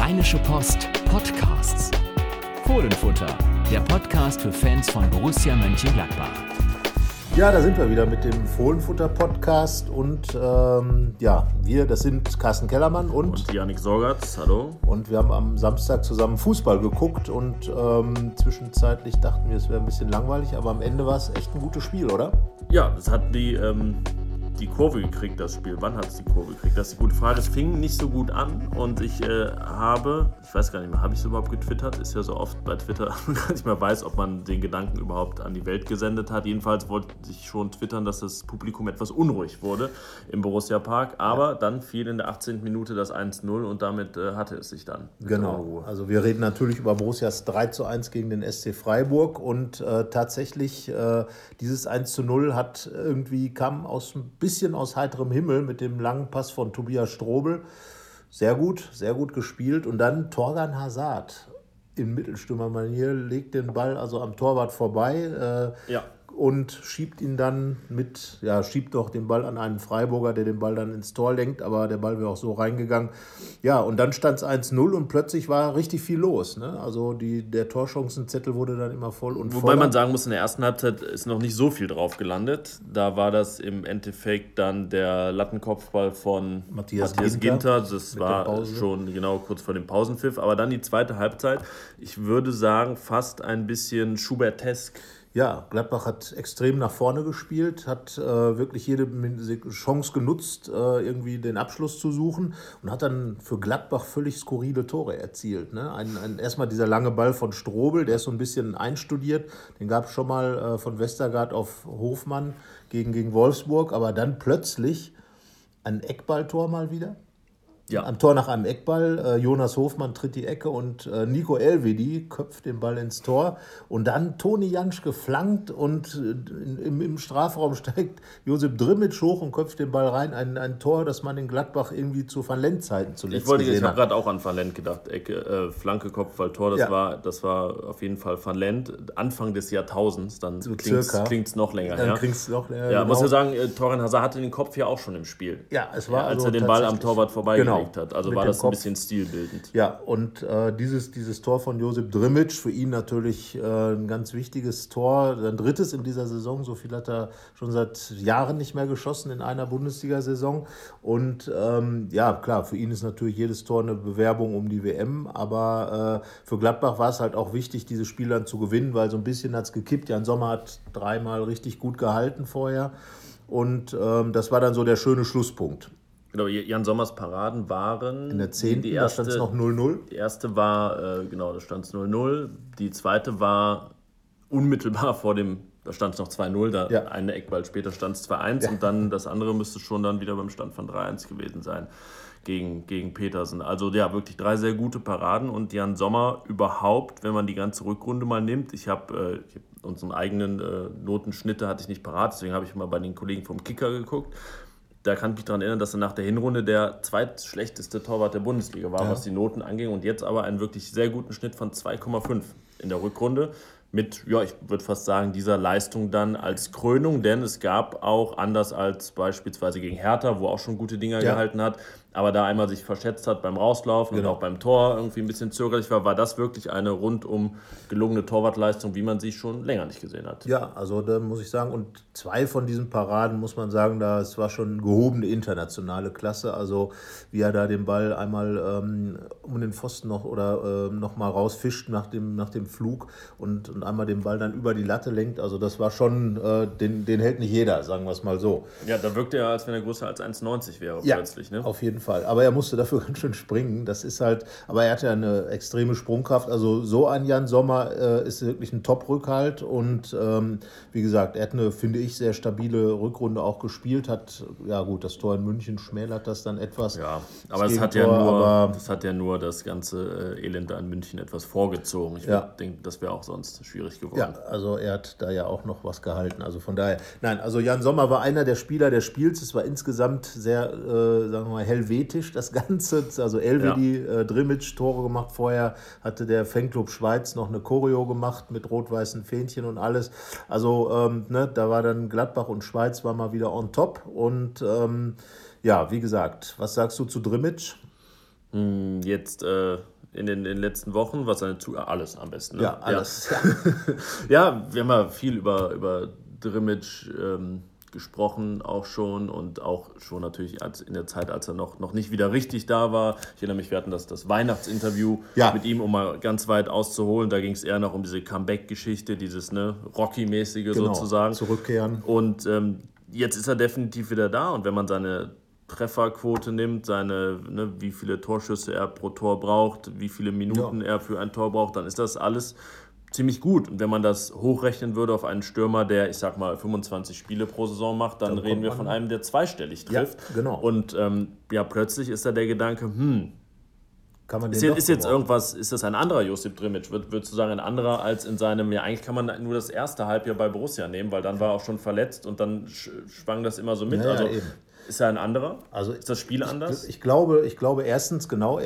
Rheinische Post Podcasts. Fohlenfutter, der Podcast für Fans von Borussia Mönchengladbach. Ja, da sind wir wieder mit dem Fohlenfutter-Podcast und das sind Carsten Kellermann und Yannick Sorgatz, hallo. Und wir haben am Samstag zusammen Fußball geguckt und zwischenzeitlich dachten wir, es wäre ein bisschen langweilig, aber am Ende war es echt ein gutes Spiel, oder? Ja, es hat die Kurve gekriegt, das Spiel. Wann hat es die Kurve gekriegt? Das ist die gute Frage. Es fing nicht so gut an und ich weiß gar nicht mehr, habe ich es überhaupt getwittert? Ist ja so oft bei Twitter, gar nicht mehr weiß, ob man den Gedanken überhaupt an die Welt gesendet hat. Jedenfalls wollte ich schon twittern, dass das Publikum etwas unruhig wurde im Borussia Park, aber dann fiel in der 18. Minute das 1-0 und damit hatte es sich dann. Genau, also wir reden natürlich über Borussias 3-1 gegen den SC Freiburg und tatsächlich dieses 1-0 kam ein bisschen aus heiterem Himmel mit dem langen Pass von Tobias Strobel. Sehr gut gespielt. Und dann Thorgan Hazard in Mittelstürmermanier legt den Ball also am Torwart vorbei und schiebt ihn dann schiebt doch den Ball an einen Freiburger, der den Ball dann ins Tor lenkt, aber der Ball wäre auch so reingegangen. Ja, und dann stand es 1-0 und plötzlich war richtig viel los. Ne? Also der Torchancenzettel wurde dann immer voll und voll. Wobei man sagen muss, in der ersten Halbzeit ist noch nicht so viel drauf gelandet. Da war das im Endeffekt dann der Lattenkopfball von Matthias Ginter. Das war schon genau kurz vor dem Pausenpfiff. Aber dann die zweite Halbzeit, ich würde sagen, fast ein bisschen Schubertesk. Ja, Gladbach hat extrem nach vorne gespielt, hat wirklich jede Chance genutzt, irgendwie den Abschluss zu suchen und hat dann für Gladbach völlig skurrile Tore erzielt. Ne? Erstmal dieser lange Ball von Strobel, der ist so ein bisschen einstudiert, den gab es schon mal von Westergaard auf Hofmann gegen Wolfsburg, aber dann plötzlich ein Eckballtor mal wieder. Ja. Am Tor nach einem Eckball, Jonas Hofmann tritt die Ecke und Nico Elvedi köpft den Ball ins Tor und dann Toni Janschke flankt und im Strafraum steigt Josip Drmic hoch und köpft den Ball rein. Ein Tor, das man in Gladbach irgendwie zu Van Lent-Zeiten zuletzt gesehen hat. Ich habe gerade auch an Van Lent gedacht, Flanke, Kopfball, Tor, das war auf jeden Fall Van Lent, Anfang des Jahrtausends, dann klingt es noch länger. Genau. Muss ja sagen, Thorgan Hazard hatte den Kopf ja auch schon im Spiel. Ja, es war als er den Ball am Torwart vorbeigelegt hat. Also war das ein bisschen stilbildend. Ja, und dieses Tor von Josip Drmic, für ihn natürlich ein ganz wichtiges Tor. Sein drittes in dieser Saison, so viel hat er schon seit Jahren nicht mehr geschossen in einer Bundesliga-Saison. Und klar, für ihn ist natürlich jedes Tor eine Bewerbung um die WM, aber für Gladbach war es halt auch wichtig, dieses Spiel dann zu gewinnen, weil so ein bisschen hat es gekippt. Jan Sommer hat 3-mal richtig gut gehalten vorher und das war dann so der schöne Schlusspunkt. Genau, Jan Sommers Paraden waren in der 10. Da stand es noch 0-0. Die erste war, da stand es 0-0. Die zweite war unmittelbar vor dem, da stand es noch 2-0, eine Eckball später stand es 2-1 und dann das andere müsste schon dann wieder beim Stand von 3-1 gewesen sein gegen Petersen. Also ja, wirklich 3 sehr gute Paraden und Jan Sommer überhaupt, wenn man die ganze Rückrunde mal nimmt. Ich habe unseren eigenen Notenschnitte hatte ich nicht parat, deswegen habe ich mal bei den Kollegen vom Kicker geguckt. Da kann ich mich daran erinnern, dass er nach der Hinrunde der zweitschlechteste Torwart der Bundesliga war, was die Noten anging. Und jetzt aber einen wirklich sehr guten Schnitt von 2,5 in der Rückrunde. Mit, ich würde fast sagen, dieser Leistung dann als Krönung. Denn es gab auch, anders als beispielsweise gegen Hertha, wo auch schon gute Dinger gehalten hat, aber da einmal sich verschätzt hat beim Rauslaufen und auch beim Tor irgendwie ein bisschen zögerlich war das wirklich eine rundum gelungene Torwartleistung, wie man sie schon länger nicht gesehen hat. Ja, also da muss ich sagen, und 2 von diesen Paraden, muss man sagen, das war schon gehobene internationale Klasse. Also wie er da den Ball einmal um den Pfosten noch mal rausfischt nach dem Flug und einmal den Ball dann über die Latte lenkt. Also das war schon, den hält nicht jeder, sagen wir es mal so. Ja, da wirkte er, als wenn er größer als 1,90 wäre plötzlich. Ne? Auf jeden Fall. Aber er musste dafür ganz schön springen. Das ist halt, aber er hatte eine extreme Sprungkraft. Also so ein Jan Sommer ist wirklich ein Top-Rückhalt und wie gesagt, er hat eine, finde ich, sehr stabile Rückrunde auch gespielt. Das Tor in München schmälert das dann etwas. Ja, aber das hat ja nur das ganze Elend an München etwas vorgezogen. Ich denke, das wäre auch sonst schwierig geworden. Ja, also er hat da ja auch noch was gehalten. Also von daher, also Jan Sommer war einer der Spieler des Spiels. Es war insgesamt sehr, sagen wir mal, hellwehtig das Ganze. Also Elvedi, Drmic Tore gemacht. Vorher hatte der Fanclub Schweiz noch eine Choreo gemacht mit rot-weißen Fähnchen und alles. Also da war dann Gladbach und Schweiz war mal wieder on top. Und wie gesagt, was sagst du zu Drmic? Jetzt in den letzten Wochen, was seine alles am besten. Ne? Ja, alles. Ja, wir haben ja viel über Drmić gesprochen auch schon und auch schon natürlich in der Zeit, als er noch nicht wieder richtig da war. Ich erinnere mich, wir hatten das Weihnachtsinterview mit ihm, um mal ganz weit auszuholen. Da ging es eher noch um diese Comeback-Geschichte, dieses Rocky-mäßige sozusagen. Zurückkehren. Und jetzt ist er definitiv wieder da und wenn man seine Trefferquote nimmt, wie viele Torschüsse er pro Tor braucht, wie viele Minuten er für ein Tor braucht, dann ist das alles ziemlich gut. Und wenn man das hochrechnen würde auf einen Stürmer, der, ich sag mal, 25 Spiele pro Saison macht, dann reden wir von einem, der zweistellig trifft. Ja, genau. Und plötzlich ist da der Gedanke, kann man den ist jetzt irgendwas, ist das ein anderer Josip Drmić? Würdest du sagen, ein anderer als in seinem, eigentlich kann man nur das erste Halbjahr bei Borussia nehmen, weil dann war er auch schon verletzt und dann schwang das immer so mit. Ja, eben. Ist er ein anderer? Also ist das Spiel anders? Ich glaube erstens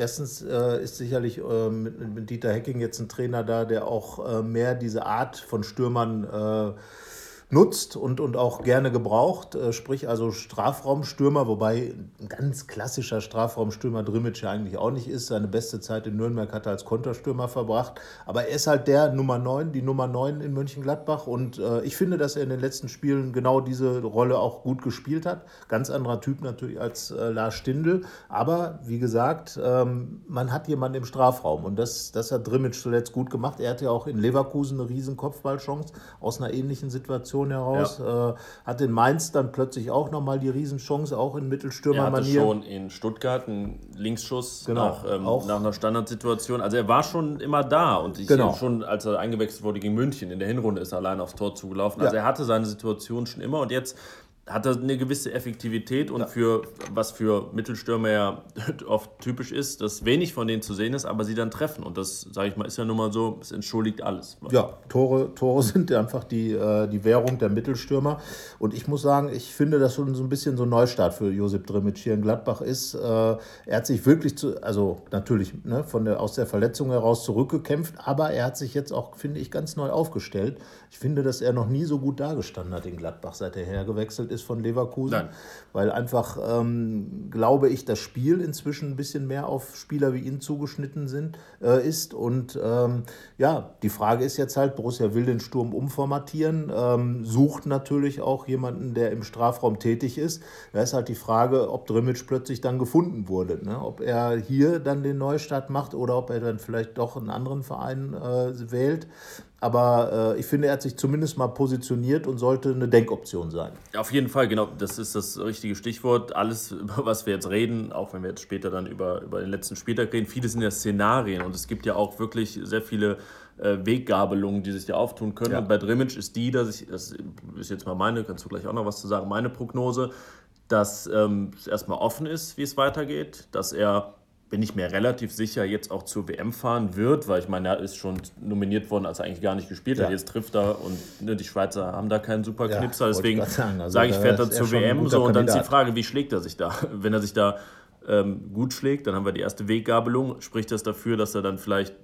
ist sicherlich mit Dieter Hecking jetzt ein Trainer da, der auch mehr diese Art von Stürmern nutzt und auch gerne gebraucht, sprich also Strafraumstürmer, wobei ein ganz klassischer Strafraumstürmer Drmić ja eigentlich auch nicht ist. Seine beste Zeit in Nürnberg hat er als Konterstürmer verbracht, aber er ist halt die Nummer 9 in Mönchengladbach und ich finde, dass er in den letzten Spielen genau diese Rolle auch gut gespielt hat. Ganz anderer Typ natürlich als Lars Stindl, aber wie gesagt, man hat jemanden im Strafraum und das hat Drmić zuletzt gut gemacht. Er hatte ja auch in Leverkusen eine riesen Kopfballchance aus einer ähnlichen Situation heraus, hat in Mainz dann plötzlich auch nochmal die Riesenchance, auch in Mittelstürmermanier. Er hatte schon in Stuttgart einen Linksschuss nach einer Standardsituation. Also er war schon immer da und schon, als er eingewechselt wurde gegen München, in der Hinrunde ist er allein aufs Tor zugelaufen. Also er hatte seine Situation schon immer und jetzt hat er eine gewisse Effektivität und was für Mittelstürmer ja oft typisch ist, dass wenig von denen zu sehen ist, aber sie dann treffen. Und das, sage ich mal, ist ja nun mal so, es entschuldigt alles. Ja, Tore sind einfach die Währung der Mittelstürmer. Und ich muss sagen, ich finde, dass so ein bisschen so ein Neustart für Josip Drmić hier in Gladbach ist. Er hat sich wirklich, natürlich aus der Verletzung heraus zurückgekämpft, aber er hat sich jetzt auch, finde ich, ganz neu aufgestellt. Ich finde, dass er noch nie so gut dagestanden hat in Gladbach, seit er hergewechselt ist von Leverkusen. Nein. Weil einfach, glaube ich, das Spiel inzwischen ein bisschen mehr auf Spieler wie ihn zugeschnitten ist. Und die Frage ist jetzt halt, Borussia will den Sturm umformatieren, sucht natürlich auch jemanden, der im Strafraum tätig ist. Da ist halt die Frage, ob Drmić plötzlich dann gefunden wurde. Ne? Ob er hier dann den Neustart macht oder ob er dann vielleicht doch einen anderen Verein wählt. Aber ich finde, er hat sich zumindest mal positioniert und sollte eine Denkoption sein. Auf jeden Fall, genau. Das ist das richtige Stichwort. Alles, über was wir jetzt reden, auch wenn wir jetzt später dann über den letzten Spieltag reden, viele sind ja Szenarien. Und es gibt ja auch wirklich sehr viele Weggabelungen, die sich da auftun können. Ja. Und bei Drmić ist das ist jetzt mal kannst du gleich auch noch was zu sagen, meine Prognose, dass es erstmal offen ist, wie es weitergeht, dass er, bin ich mir relativ sicher, jetzt auch zur WM fahren wird, weil ich meine, er ist schon nominiert worden, als er eigentlich gar nicht gespielt hat. Jetzt trifft er und die Schweizer haben da keinen super Knipser, deswegen sage ich, fährt er zur WM. Und dann ist die Frage, wie schlägt er sich da? Wenn er sich da gut schlägt, dann haben wir die erste Weggabelung. Spricht das dafür, dass er dann vielleicht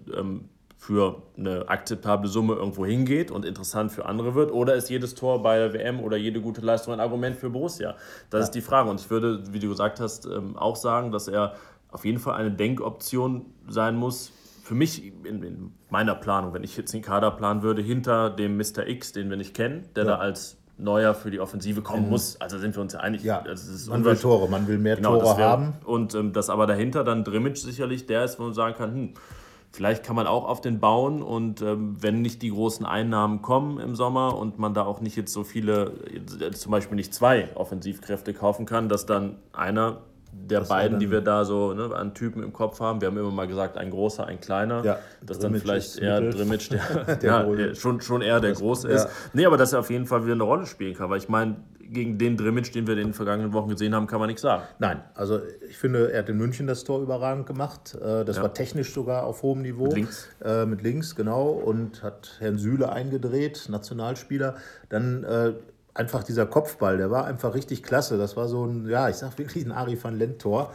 für eine akzeptable Summe irgendwo hingeht und interessant für andere wird? Oder ist jedes Tor bei der WM oder jede gute Leistung ein Argument für Borussia? Das ist die Frage. Und ich würde, wie du gesagt hast, auch sagen, dass er auf jeden Fall eine Denkoption sein muss. Für mich in meiner Planung, wenn ich jetzt den Kader planen würde, hinter dem Mr. X, den wir nicht kennen, der da als Neuer für die Offensive kommen muss. Also sind wir uns ja einig. Ja, man will Tore, man will mehr Tore haben. Und dass aber dahinter dann Drmić sicherlich der ist, wo man sagen kann, vielleicht kann man auch auf den bauen und wenn nicht die großen Einnahmen kommen im Sommer und man da auch nicht jetzt so viele, zum Beispiel nicht 2 Offensivkräfte kaufen kann, dass dann einer der beiden, die wir da so an Typen im Kopf haben. Wir haben immer mal gesagt, ein großer, ein kleiner. Ja, dass dann vielleicht eher Drmić, der schon eher der Große ist. Nee, aber dass er auf jeden Fall wieder eine Rolle spielen kann. Weil ich meine, gegen den Drmić, den wir in den vergangenen Wochen gesehen haben, kann man nichts sagen. Nein, also ich finde, er hat in München das Tor überragend gemacht. Das war technisch sogar auf hohem Niveau. Mit links, genau. Und hat Herrn Süle eingedreht, Nationalspieler. Dann einfach dieser Kopfball, der war einfach richtig klasse. Das war so ich sag wirklich ein Arie van Lent-Tor.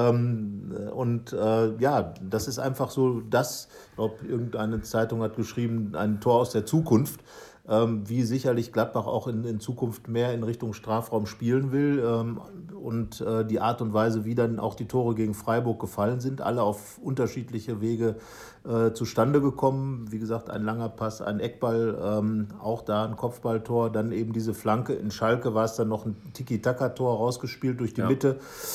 Das ist einfach so ich glaube, irgendeine Zeitung hat geschrieben, ein Tor aus der Zukunft. wie sicherlich Gladbach auch in Zukunft mehr in Richtung Strafraum spielen will und die Art und Weise, wie dann auch die Tore gegen Freiburg gefallen sind, alle auf unterschiedliche Wege zustande gekommen. Wie gesagt, ein langer Pass, ein Eckball, auch da ein Kopfballtor, dann eben diese Flanke. In Schalke war es dann noch ein Tiki-Taka-Tor rausgespielt durch die Mitte.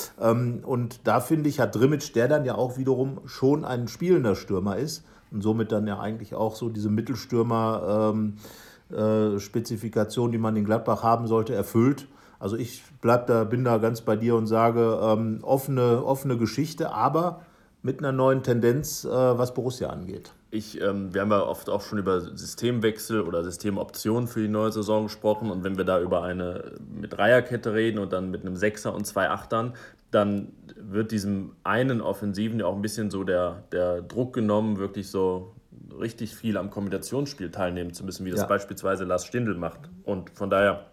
Und da finde ich, hat Drmić, der dann ja auch wiederum schon ein spielender Stürmer ist und somit dann ja eigentlich auch so diese Mittelstürmer Spezifikation, die man in Gladbach haben sollte, erfüllt. Also ich bin da ganz bei dir und sage, offene Geschichte, aber mit einer neuen Tendenz, was Borussia angeht. Wir haben ja oft auch schon über Systemwechsel oder Systemoptionen für die neue Saison gesprochen. Und wenn wir da über eine mit Dreierkette reden und dann mit einem Sechser und 2 Achtern, dann wird diesem einen Offensiven ja auch ein bisschen so der Druck genommen, wirklich so richtig viel am Kombinationsspiel teilnehmen zu müssen, wie das beispielsweise Lars Stindl macht. Und von daher,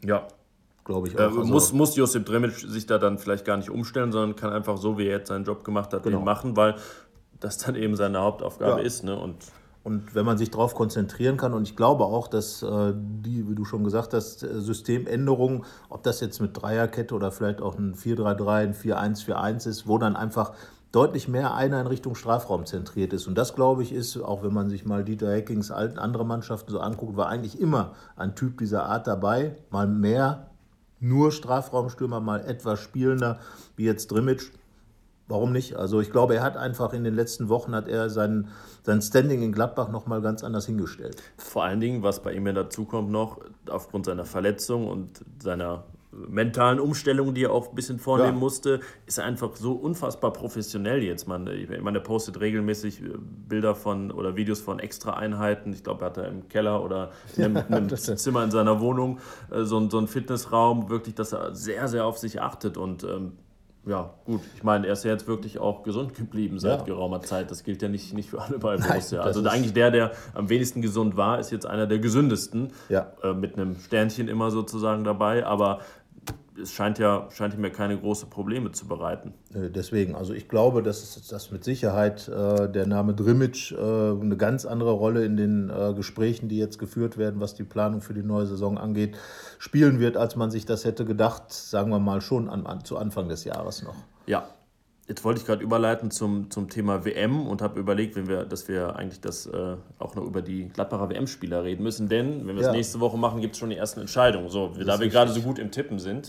glaube ich auch. Muss Josip Drmić sich da dann vielleicht gar nicht umstellen, sondern kann einfach so, wie er jetzt seinen Job gemacht hat, den machen, weil das dann eben seine Hauptaufgabe ist. Ne? Und wenn man sich darauf konzentrieren kann, und ich glaube auch, dass wie du schon gesagt hast, Systemänderungen, ob das jetzt mit Dreierkette oder vielleicht auch ein 4-3-3, ein 4-1-4-1 ist, wo dann einfach deutlich mehr einer in Richtung Strafraum zentriert ist. Und das, glaube ich, ist, auch wenn man sich mal Dieter Heckings andere Mannschaften so anguckt, war eigentlich immer ein Typ dieser Art dabei. Mal mehr nur Strafraumstürmer, mal etwas spielender, wie jetzt Drmić. Warum nicht? Also ich glaube, er hat einfach in den letzten Wochen sein Standing in Gladbach nochmal ganz anders hingestellt. Vor allen Dingen, was bei ihm ja dazu kommt noch, aufgrund seiner Verletzung und seiner mentalen Umstellung, die er auch ein bisschen vornehmen musste, ist er einfach so unfassbar professionell jetzt. Er postet regelmäßig Bilder oder Videos von Extra-Einheiten. Ich glaube, er hat da im Keller oder in einem Zimmer in seiner Wohnung so einen Fitnessraum, wirklich, dass er sehr, sehr auf sich achtet und gut, ich meine, er ist ja jetzt wirklich auch gesund geblieben seit geraumer Zeit. Das gilt ja nicht für alle bei Borussia. Also eigentlich der am wenigsten gesund war, ist jetzt einer der gesündesten. Mit einem Sternchen immer sozusagen dabei. Aber es scheint ihm ja keine großen Probleme zu bereiten. Deswegen, also ich glaube, dass mit Sicherheit der Name Drmić eine ganz andere Rolle in den Gesprächen, die jetzt geführt werden, was die Planung für die neue Saison angeht, spielen wird, als man sich das hätte gedacht, sagen wir mal schon zu Anfang des Jahres noch. Ja. Jetzt wollte ich gerade überleiten zum Thema WM und habe überlegt, dass wir eigentlich auch noch über die Gladbacher WM-Spieler reden müssen. Denn, wenn wir es nächste Woche machen, gibt es schon die ersten Entscheidungen. So, da wir gerade so gut im Tippen sind,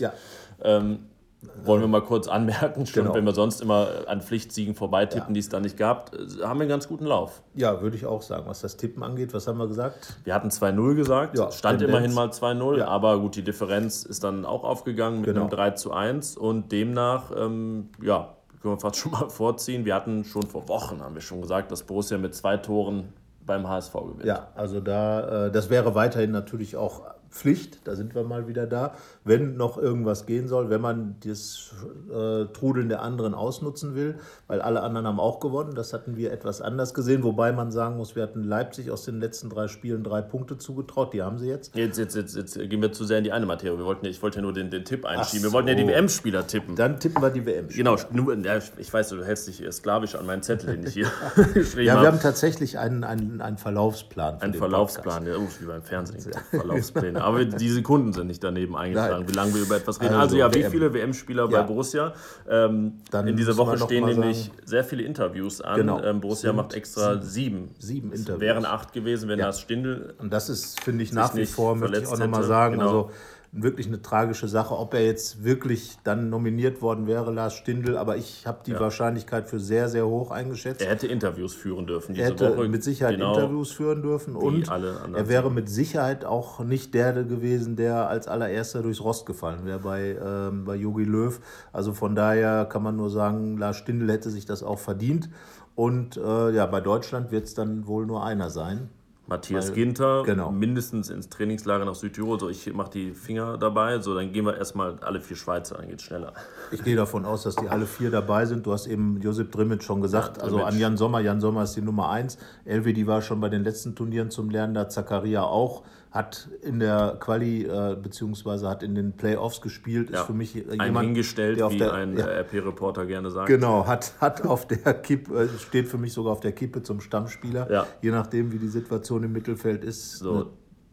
wollen wir mal kurz anmerken, wenn wir sonst immer an Pflichtsiegen vorbeitippen, die es da nicht gab, haben wir einen ganz guten Lauf. Ja, würde ich auch sagen. Was das Tippen angeht, was haben wir gesagt? Wir hatten 2-0 gesagt, stand Tendenz. Immerhin mal 2-0, aber gut, die Differenz ist dann auch aufgegangen mit einem 3-1 und demnach, können wir fast schon mal vorziehen. Wir hatten schon vor Wochen, haben wir schon gesagt, dass Borussia mit 2 Toren beim HSV gewinnt. Ja, also das wäre weiterhin natürlich auch Pflicht, da sind wir mal wieder da, wenn noch irgendwas gehen soll, wenn man das Trudeln der anderen ausnutzen will, weil alle anderen haben auch gewonnen, das hatten wir etwas anders gesehen, wobei man sagen muss, wir hatten Leipzig aus den letzten 3 Spielen 3 Punkte zugetraut, die haben sie jetzt. Jetzt gehen wir zu sehr in die eine Materie, ich wollte ja nur den Tipp einschieben, wir wollten ja die WM-Spieler tippen. Dann tippen wir die WM-Spieler. Genau, ich weiß, du hältst dich sklavisch an meinen Zettel, den ich hier geschrieben habe. Ja, wir haben tatsächlich einen Verlaufsplan. Ein Verlaufsplan, wie beim Fernsehen, Verlaufspläne. Aber die Sekunden sind nicht daneben eingetragen, wie lange wir über etwas reden. Also wie viele WM-Spieler bei Borussia? In dieser Woche stehen nämlich sehr viele Interviews an. Genau. Borussia macht extra 7. 7 Interviews. Wären 8 gewesen, wenn das Stindl. Und das ist, finde ich, nach wie vor, möchte ich auch nochmal sagen, also wirklich eine tragische Sache, ob er jetzt wirklich dann nominiert worden wäre, Lars Stindl, aber ich habe die Wahrscheinlichkeit für sehr, sehr hoch eingeschätzt. Er hätte Interviews führen dürfen diese Woche. Er hätte mit Sicherheit Interviews führen dürfen und er wäre mit Sicherheit auch nicht der gewesen, der als allererster durchs Rost gefallen wäre bei Jogi Löw. Also von daher kann man nur sagen, Lars Stindl hätte sich das auch verdient und bei Deutschland wird es dann wohl nur einer sein. Matthias Ginter, mindestens ins Trainingslager nach Südtirol. So, ich mache die Finger dabei. So, dann gehen wir erstmal alle 4 Schweizer, dann geht's schneller. Ich gehe davon aus, dass die alle 4 dabei sind. Du hast eben Josip Drmić schon gesagt. Also an Jan Sommer. Jan Sommer ist die Nummer 1. Elvedi war schon bei den letzten Turnieren zum Lernen da. Zakaria auch. Hat in der Quali beziehungsweise hat in den Playoffs gespielt, ist für mich jemand, hingestellt, der auf ein RP-Reporter gerne sagt. Genau, hat auf der Kippe, steht für mich sogar auf der Kippe zum Stammspieler, je nachdem wie die Situation im Mittelfeld ist. So,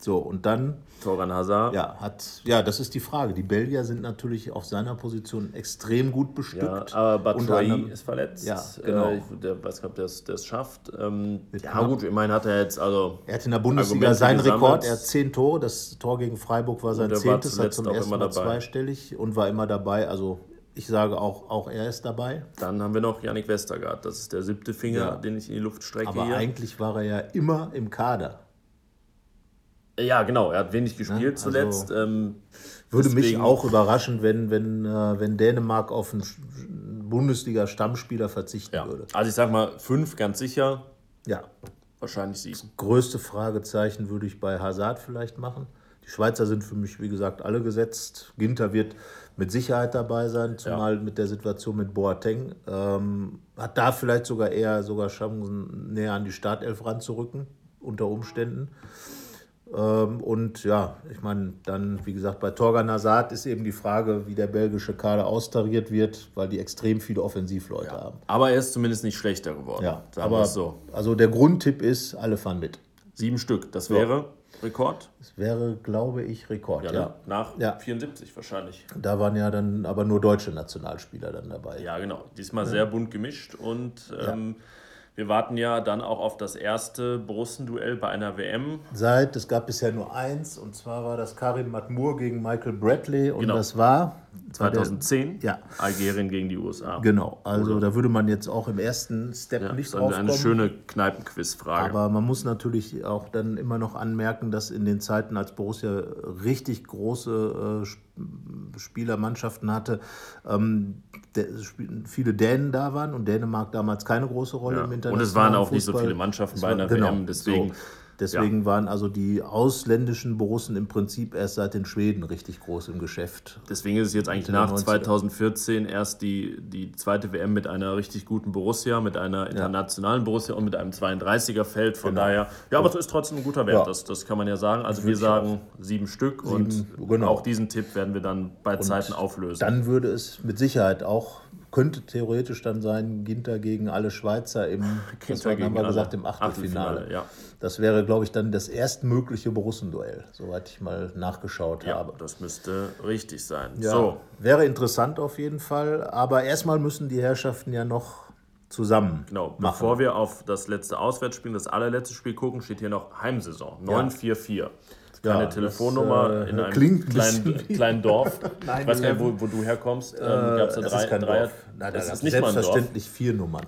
So, und dann... Thorgan Hazard. Ja, das ist die Frage. Die Belgier sind natürlich auf seiner Position extrem gut bestückt. Ja, aber Batshuayi ist verletzt. Ja, genau. Der weiß nicht, ob der es schafft. Gut, immerhin hat er jetzt... Also er hat in der Bundesliga seinen Rekord, er hat 10 Tore. Das Tor gegen Freiburg war sein 10. Hat zum ersten Mal zweistellig und war immer dabei. Also ich sage auch er ist dabei. Dann haben wir noch Yannick Westergaard. Das ist der 7. Finger, den ich in die Luft strecke. Aber eigentlich war er ja immer im Kader. Ja, genau. Er hat wenig gespielt zuletzt. Würde mich auch überraschen, wenn Dänemark auf einen Bundesliga-Stammspieler verzichten würde. Also ich sag mal 5 ganz sicher. Ja. Wahrscheinlich 7. Das größte Fragezeichen würde ich bei Hazard vielleicht machen. Die Schweizer sind für mich, wie gesagt, alle gesetzt. Ginter wird mit Sicherheit dabei sein, zumal mit der Situation mit Boateng. Hat da vielleicht sogar Chancen, näher an die Startelf ranzurücken, unter Umständen. Und ja, ich meine, dann, wie gesagt, bei Thorgan Hazard ist eben die Frage, wie der belgische Kader austariert wird, weil die extrem viele Offensivleute haben. Aber er ist zumindest nicht schlechter geworden. Ja, aber so. Also der Grundtipp ist, alle fahren mit. 7 Stück, das wäre Rekord? Das wäre, glaube ich, Rekord, ja. Nach 74 wahrscheinlich. Da waren ja dann aber nur deutsche Nationalspieler dann dabei. Ja, genau. Diesmal sehr bunt gemischt und wir warten ja dann auch auf das erste Borussen-Duell bei einer WM. Es gab bisher nur eins, und zwar war das Karim Matmur gegen Michael Bradley. Und das war 2010, Algerien gegen die USA. Genau, also da würde man jetzt auch im ersten Step nicht drauf kommen. Eine schöne Kneipenquiz-Frage. Aber man muss natürlich auch dann immer noch anmerken, dass in den Zeiten, als Borussia richtig große Spielermannschaften hatte, viele Dänen da waren und Dänemark damals keine große Rolle im internationalen Und es waren auch Fußball. nicht so viele Mannschaften bei einer WM, deswegen... Deswegen waren also die ausländischen Borussen im Prinzip erst seit den Schweden richtig groß im Geschäft. Deswegen ist es jetzt eigentlich nach 2014 erst die zweite WM mit einer richtig guten Borussia, mit einer internationalen Borussia und mit einem 32er-Feld. Von daher, aber es ist trotzdem ein guter Wert, das kann man ja sagen. Also wir sagen 7 Stück und auch diesen Tipp werden wir dann bei Zeiten auflösen. Dann würde es mit Sicherheit auch, könnte theoretisch dann sein, Ginter gegen alle Schweizer im Achtelfinale. Ja. Das wäre, glaube ich, dann das erstmögliche Borussenduell, soweit ich mal nachgeschaut habe. Das müsste richtig sein. Ja, so. Wäre interessant auf jeden Fall, aber erstmal müssen die Herrschaften ja noch zusammen machen. Bevor wir auf das letzte Auswärtsspiel, das allerletzte Spiel gucken, steht hier noch Heimsaison, 944. Keine Telefonnummer in einem kleinen Dorf. Nein, ich weiß gar nicht, wo du herkommst. Gab es da das ist kein Dorf. Nein, das ist nicht selbstverständlich 4 Nummern.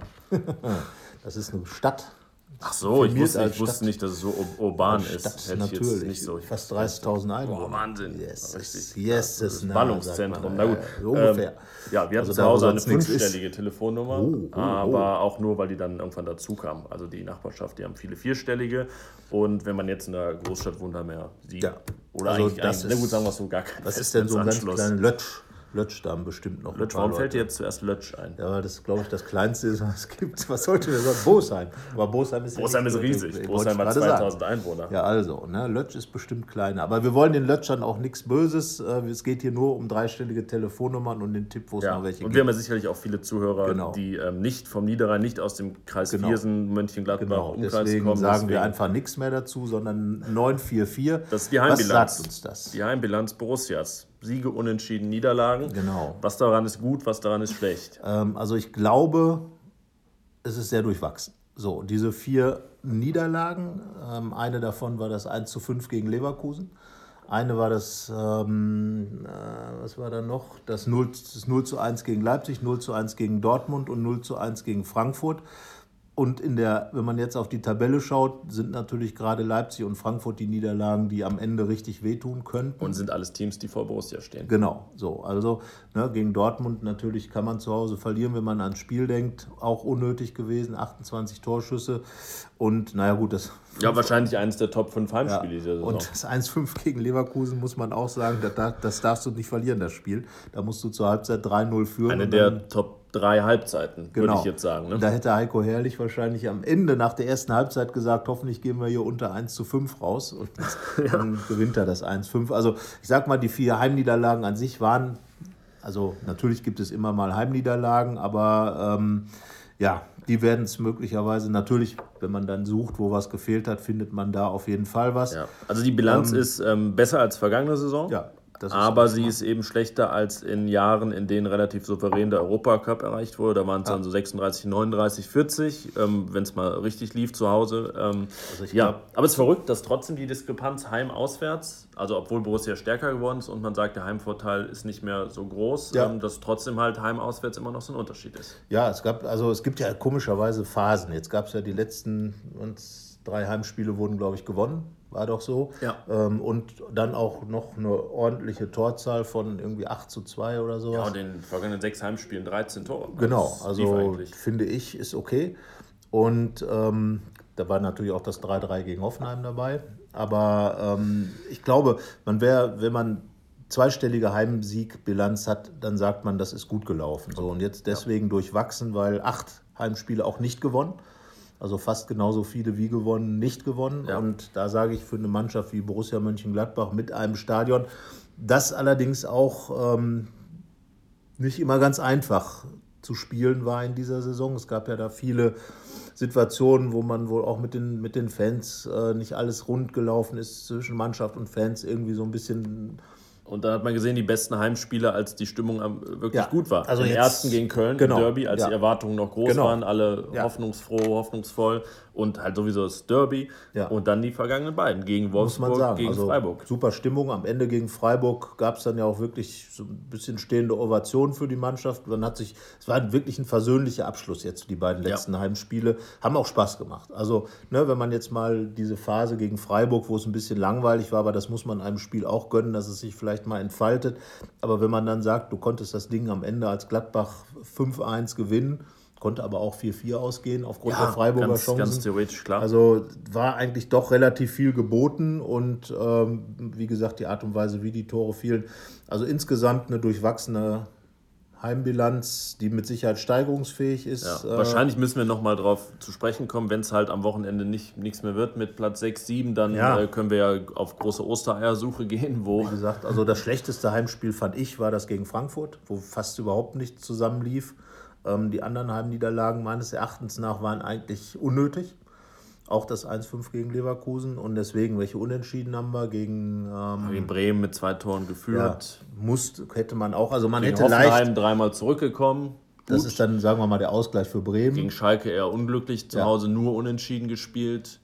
Das ist eine Stadt. Ach so, ich wusste nicht, dass es so urban ist. Hätte natürlich. Ich jetzt nicht so. Fast 30.000 Einwohner. Wahnsinn. Yes, das ist ein Ballungszentrum. Na gut. Ungefähr. Wir hatten zu Hause eine 5-stellige Telefonnummer, aber auch nur, weil die dann irgendwann dazu kam. Also die Nachbarschaft, die haben viele 4-stellige. Und wenn man jetzt in der Großstadt wohnt, haben wir ja 7. Ja. Oder also eigentlich, gut, sagen wir es so, gar keinen Was ist denn so ein ganz kleiner Lötsch da bestimmt noch. Warum fällt dir jetzt zuerst Lötsch ein? Ja, weil das, glaube ich, das Kleinste ist, was es gibt. Was sollte wir sagen? Bosheim. Aber Bosheim ist riesig. Bosheim hat 2000 Einwohner. Ja, also, Lötsch ist bestimmt kleiner. Aber wir wollen den Lötschern auch nichts Böses. Es geht hier nur um 3-stellige Telefonnummern und den Tipp, wo es noch welche gibt. Und wir haben ja sicherlich auch viele Zuhörer, die nicht vom Niederrhein, nicht aus dem Kreis Viersen, Mönchengladbach, Umkreis deswegen kommen. Sagen wir einfach nichts mehr dazu, sondern 944. Das ist die Heimbilanz. Was sagt uns das? Die Heimbilanz Borussias. Siege, Unentschieden, Niederlagen. Genau. Was daran ist gut, was daran ist schlecht? Also ich glaube, es ist sehr durchwachsen. So, diese 4 Niederlagen, eine davon war das 1:5 gegen Leverkusen. Eine war das, was war da noch? Das 0:1 gegen Leipzig, 0:1 gegen Dortmund und 0:1 gegen Frankfurt. Und wenn man jetzt auf die Tabelle schaut, sind natürlich gerade Leipzig und Frankfurt die Niederlagen, die am Ende richtig wehtun könnten. Und sind alles Teams, die vor Borussia stehen. Genau, so. Also gegen Dortmund natürlich kann man zu Hause verlieren, wenn man ans Spiel denkt. Auch unnötig gewesen, 28 Torschüsse. Und das... Ja, wahrscheinlich eines der Top 5 Heimspiele dieser Saison. Und das 1:5 gegen Leverkusen muss man auch sagen, das darfst du nicht verlieren, das Spiel. Da musst du zur Halbzeit 3:0 führen. Eine der Top 3 Halbzeiten, würde ich jetzt sagen. Ne? Da hätte Heiko Herrlich wahrscheinlich am Ende nach der ersten Halbzeit gesagt, hoffentlich gehen wir hier unter 1:5 raus. Und dann gewinnt er das 1:5. Also ich sag mal, die 4 Heimniederlagen an sich waren, also natürlich gibt es immer mal Heimniederlagen, aber die werden es möglicherweise, natürlich wenn man dann sucht, wo was gefehlt hat, findet man da auf jeden Fall was. Ja. Also die Bilanz ist besser als vergangene Saison. Ja. Aber sie ist eben schlechter als in Jahren, in denen relativ souverän der Europacup erreicht wurde. Da waren es dann so 36, 39, 40, wenn es mal richtig lief zu Hause. Aber es ist verrückt, dass trotzdem die Diskrepanz Heim-Auswärts, also obwohl Borussia stärker geworden ist und man sagt, der Heimvorteil ist nicht mehr so groß, dass trotzdem halt Heim-Auswärts immer noch so ein Unterschied ist. Ja, es gibt ja komischerweise Phasen. Jetzt gab es ja die letzten 3 Heimspiele wurden, glaube ich, gewonnen. War doch so. Ja. Und dann auch noch eine ordentliche Torzahl von irgendwie 8:2 oder so. Ja, und in den vergangenen 6 Heimspielen 13 Tore. Genau, also finde ich, ist okay. Und da war natürlich auch das 3:3 gegen Hoffenheim dabei. Aber ich glaube, wenn man zweistellige Heimsiegbilanz hat, dann sagt man, das ist gut gelaufen. So, und jetzt deswegen durchwachsen, weil 8 Heimspiele auch nicht gewonnen. Also fast genauso viele wie gewonnen, nicht gewonnen. Ja. Und da sage ich, für eine Mannschaft wie Borussia Mönchengladbach mit einem Stadion, das allerdings auch nicht immer ganz einfach zu spielen war in dieser Saison. Es gab ja da viele Situationen, wo man wohl auch mit den Fans nicht alles rund gelaufen ist, zwischen Mannschaft und Fans irgendwie so ein bisschen. Und dann hat man gesehen, die besten Heimspiele, als die Stimmung wirklich gut war. Also im ersten gegen Köln, genau, im Derby, als die Erwartungen noch groß waren, alle hoffnungsvoll und halt sowieso das Derby. Ja. Und dann die vergangenen beiden, gegen Wolfsburg, gegen Freiburg. Super Stimmung. Am Ende gegen Freiburg gab es dann ja auch wirklich so ein bisschen stehende Ovation für die Mannschaft. Es war wirklich ein versöhnlicher Abschluss jetzt, die beiden letzten Heimspiele. Haben auch Spaß gemacht. Also, wenn man jetzt mal diese Phase gegen Freiburg, wo es ein bisschen langweilig war, aber das muss man einem Spiel auch gönnen, dass es sich vielleicht mal entfaltet. Aber wenn man dann sagt, du konntest das Ding am Ende als Gladbach 5:1 gewinnen, konnte aber auch 4:4 ausgehen aufgrund der Freiburger Chancen. Ganz theoretisch, klar. Also war eigentlich doch relativ viel geboten und wie gesagt, die Art und Weise, wie die Tore fielen. Also insgesamt eine durchwachsene Heimbilanz, die mit Sicherheit steigerungsfähig ist. Ja, wahrscheinlich müssen wir nochmal drauf zu sprechen kommen, wenn es halt am Wochenende nichts mehr wird mit Platz 6, 7, dann können wir ja auf große Ostereiersuche gehen. Wie gesagt, also das schlechteste Heimspiel, fand ich, war das gegen Frankfurt, wo fast überhaupt nichts zusammenlief. Die anderen Heimniederlagen meines Erachtens nach waren eigentlich unnötig. Auch das 1:5 gegen Leverkusen. Und deswegen, welche Unentschieden haben wir gegen Bremen mit 2 Toren geführt. Hätte man auch. Also man gegen hätte Hoffenheim 3-mal zurückgekommen. Das ist dann, sagen wir mal, der Ausgleich für Bremen. Gegen Schalke eher unglücklich, zu Hause nur unentschieden gespielt.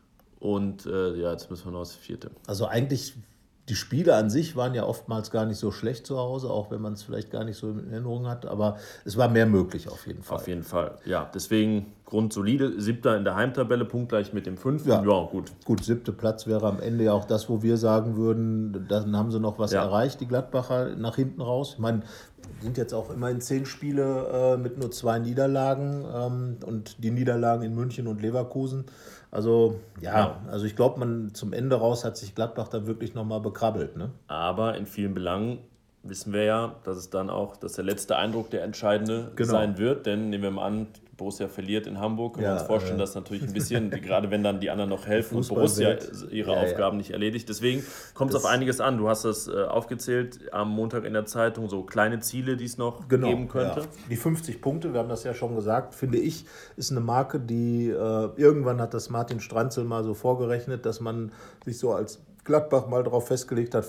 Und jetzt müssen wir noch das 4. Also eigentlich, die Spiele an sich waren ja oftmals gar nicht so schlecht zu Hause, auch wenn man es vielleicht gar nicht so in Erinnerung hat. Aber es war mehr möglich auf jeden Fall. Auf jeden Fall, ja. Deswegen grundsolide. 7. in der Heimtabelle, punktgleich mit dem 5. Ja, gut. Gut, 7. Platz wäre am Ende ja auch das, wo wir sagen würden, dann haben sie noch was erreicht, die Gladbacher, nach hinten raus. Ich meine, sind jetzt auch immerhin 10 Spiele mit nur 2 Niederlagen und die Niederlagen in München und Leverkusen. Also also ich glaube, zum Ende raus hat sich Gladbach dann wirklich nochmal bekrabbelt. Ne? Aber in vielen Belangen wissen wir ja, dass der letzte Eindruck der entscheidende sein wird. Denn nehmen wir mal an, Borussia verliert in Hamburg. Können wir uns vorstellen, dass natürlich ein bisschen, gerade wenn dann die anderen noch helfen und Borussia ihre Aufgaben nicht erledigt. Deswegen kommt es auf einiges an. Du hast das aufgezählt am Montag in der Zeitung, so kleine Ziele, die es noch geben könnte. Ja. Die 50 Punkte, wir haben das ja schon gesagt, finde ich, ist eine Marke, die irgendwann hat das Martin Stranzl mal so vorgerechnet, dass man sich so als Gladbach mal darauf festgelegt hat,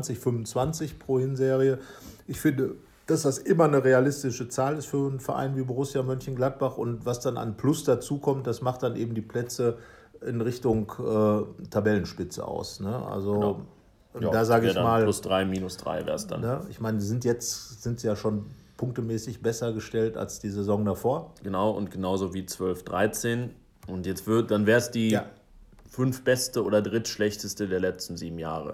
25 pro Hinserie. Ich finde, dass das immer eine realistische Zahl ist für einen Verein wie Borussia Mönchengladbach und was dann an Plus dazukommt, das macht dann eben die Plätze in Richtung Tabellenspitze aus. Ne? Also da sage ich mal +3, -3 wäre es dann. Ne? Ich meine, sind sie ja schon punktemäßig besser gestellt als die Saison davor. Genau, und genauso wie 12, 13. Und jetzt dann wäre es die 5 beste oder drittschlechteste der letzten 7 Jahre.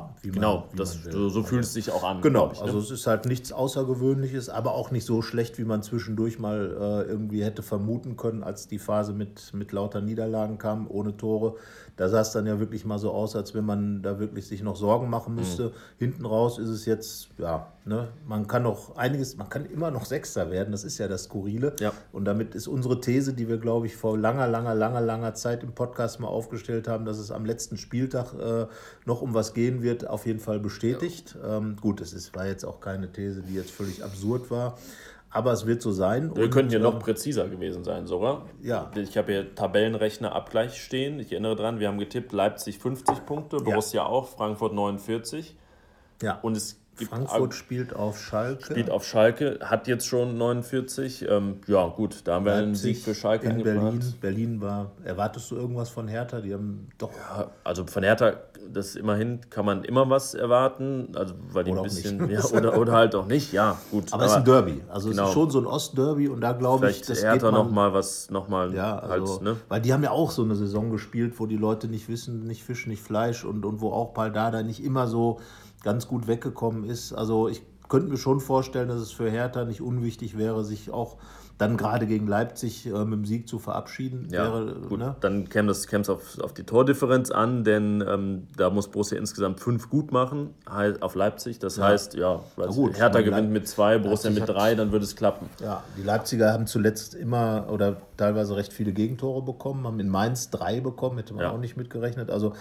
So fühlt es sich auch an. Genau, ich, ne? Also es ist halt nichts Außergewöhnliches, aber auch nicht so schlecht, wie man zwischendurch mal irgendwie hätte vermuten können, als die Phase mit lauter Niederlagen kam, ohne Tore. Da sah es dann ja wirklich mal so aus, als wenn man da wirklich sich noch Sorgen machen müsste. Hinten raus ist es jetzt, man kann immer noch Sechster werden, das ist ja das Skurrile. Ja. Und damit ist unsere These, die wir, glaube ich, vor langer Zeit im Podcast mal aufgestellt haben, dass es am letzten Spieltag noch um was gehen wird, auf jeden Fall bestätigt. Ja. Gut, war jetzt auch keine These, die jetzt völlig absurd war. Aber es wird so sein. Wir könnten ja noch präziser gewesen sein sogar. Ja. Ich habe hier Tabellenrechner-Abgleich stehen. Ich erinnere dran, wir haben getippt, Leipzig 50 Punkte, Borussia auch, Frankfurt 49. Ja. Und es gibt Frankfurt spielt auf Schalke. Hat jetzt schon 49. Ja, gut, da haben wir einen Sieg für Schalke in Berlin war. Erwartest du irgendwas von Hertha? Die haben doch. Ja, also von Hertha, das immerhin kann man immer was erwarten. Also, weil die oder ein bisschen. Ja, oder halt auch nicht. Ja, gut. Aber es ist ein Derby. Also es ist schon so ein Ostderby und da glaube ich, das Hertha nochmal Ja, also, halt, ne? Weil die haben ja auch so eine Saison gespielt, wo die Leute nicht wissen, nicht Fisch, nicht Fleisch und wo auch Paldada nicht immer so ganz gut weggekommen ist. Also ich könnte mir schon vorstellen, dass es für Hertha nicht unwichtig wäre, sich auch dann gerade gegen Leipzig mit dem Sieg zu verabschieden. Ja, gut, ne? Dann käme es auf die Tordifferenz an, denn da muss Borussia insgesamt 5 gut machen auf Leipzig. Das heißt, Hertha gewinnt mit 2, Borussia mit 3, dann würde es klappen. Ja, die Leipziger haben zuletzt immer oder teilweise recht viele Gegentore bekommen, haben in Mainz 3 bekommen, hätte man auch nicht mitgerechnet. Also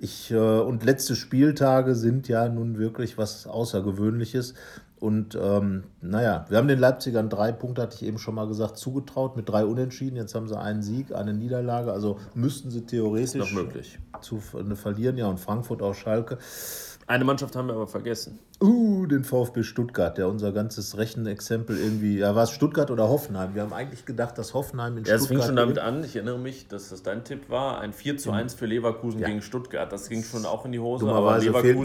und letzte Spieltage sind ja nun wirklich was Außergewöhnliches. Und wir haben den Leipzigern 3 Punkte, hatte ich eben schon mal gesagt, zugetraut, mit 3 Unentschieden. Jetzt haben sie einen Sieg, eine Niederlage, also müssten sie theoretisch noch möglich verlieren. Ja, und Frankfurt auch Schalke. Eine Mannschaft haben wir aber vergessen. Den VfB Stuttgart, der unser ganzes Rechenexempel irgendwie, war es Stuttgart oder Hoffenheim? Wir haben eigentlich gedacht, dass Hoffenheim in Stuttgart... Es fing schon damit an, ich erinnere mich, dass das dein Tipp war, ein 4:1 für Leverkusen gegen Stuttgart. Das ging schon auch in die Hose, aber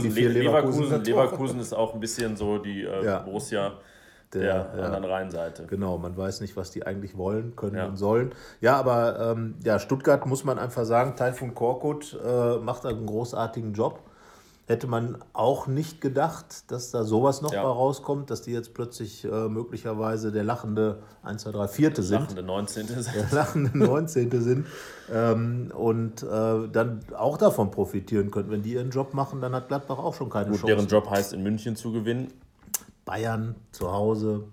Leverkusen ist auch ein bisschen so die Borussia der anderen Rheinseite. Genau, man weiß nicht, was die eigentlich wollen, können und sollen. Ja, aber Stuttgart muss man einfach sagen, Tayfun Korkut macht einen großartigen Job. Hätte man auch nicht gedacht, dass da sowas noch mal rauskommt, dass die jetzt plötzlich möglicherweise der lachende 1, 2, 3, 4. sind. Lachende 19. sind. Der lachende 19. sind. Und dann auch davon profitieren könnten. Wenn die ihren Job machen, dann hat Gladbach auch schon keine Chance. Deren Job heißt, in München zu gewinnen. Bayern zu Hause,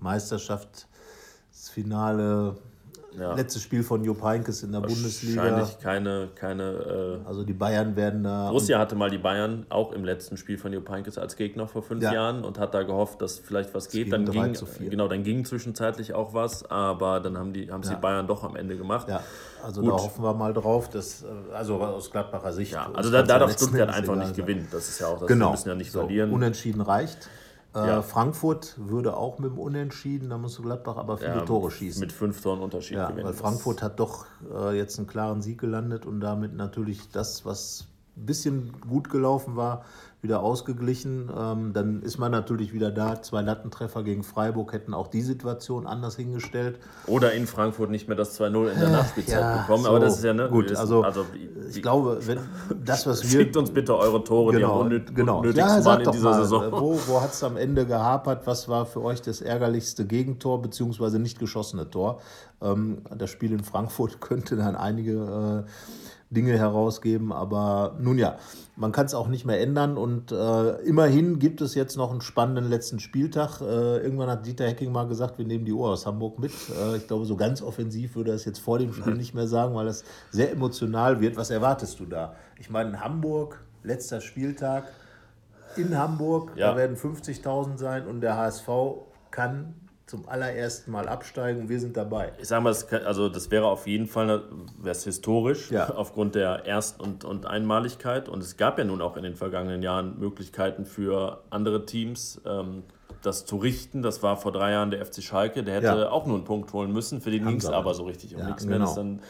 Meisterschaftsfinale. Ja. Letztes Spiel von Jupp Heynckes in der Bundesliga. Wahrscheinlich keine also die Bayern werden da... Borussia hatte mal die Bayern auch im letzten Spiel von Jupp Heynckes als Gegner vor 5 Jahren und hat da gehofft, dass vielleicht was geht. Dann ging zwischenzeitlich auch was, aber dann haben die Bayern doch am Ende gemacht. Ja, also da hoffen wir mal drauf, dass, also aus Gladbacher Sicht... Ja, also da darf Stuttgart einfach nicht gewinnen. Das ist ja auch das, wir müssen ja nicht verlieren. Unentschieden reicht. Frankfurt würde auch mit dem Unentschieden, da musst du Gladbach aber viele Tore schießen. Mit 5 Toren Unterschied gewinnen. Weil Frankfurt hat doch jetzt einen klaren Sieg gelandet und damit natürlich das, was ein bisschen gut gelaufen war, wieder ausgeglichen. Dann ist man natürlich wieder da. 2 Lattentreffer gegen Freiburg hätten auch die Situation anders hingestellt. Oder in Frankfurt nicht mehr das 2:0 in der Nachspielzeit bekommen. Aber das ist ja gut. Ich glaube, wenn das, was wir... Schickt uns bitte eure Tore, die am unnötigsten waren in dieser Saison. Wo hat es am Ende gehapert? Was war für euch das ärgerlichste Gegentor bzw. nicht geschossene Tor? Das Spiel in Frankfurt könnte dann einige Dinge herausgeben, aber nun ja, man kann es auch nicht mehr ändern und immerhin gibt es jetzt noch einen spannenden letzten Spieltag. Irgendwann hat Dieter Hecking mal gesagt, wir nehmen die Uhr aus Hamburg mit. Ich glaube, so ganz offensiv würde er es jetzt vor dem Spiel nicht mehr sagen, weil das sehr emotional wird. Was erwartest du da? Ich meine, in Hamburg, letzter Spieltag, in Hamburg, da werden 50.000 sein und der HSV kann zum allerersten Mal absteigen und wir sind dabei. Ich sage mal, das wäre auf jeden Fall historisch, aufgrund der Erst- und Einmaligkeit. Und es gab ja nun auch in den vergangenen Jahren Möglichkeiten für andere Teams, das zu richten. Das war vor 3 Jahren der FC Schalke, der hätte auch nur einen Punkt holen müssen. Für den ging es aber so richtig um nichts mehr. Dann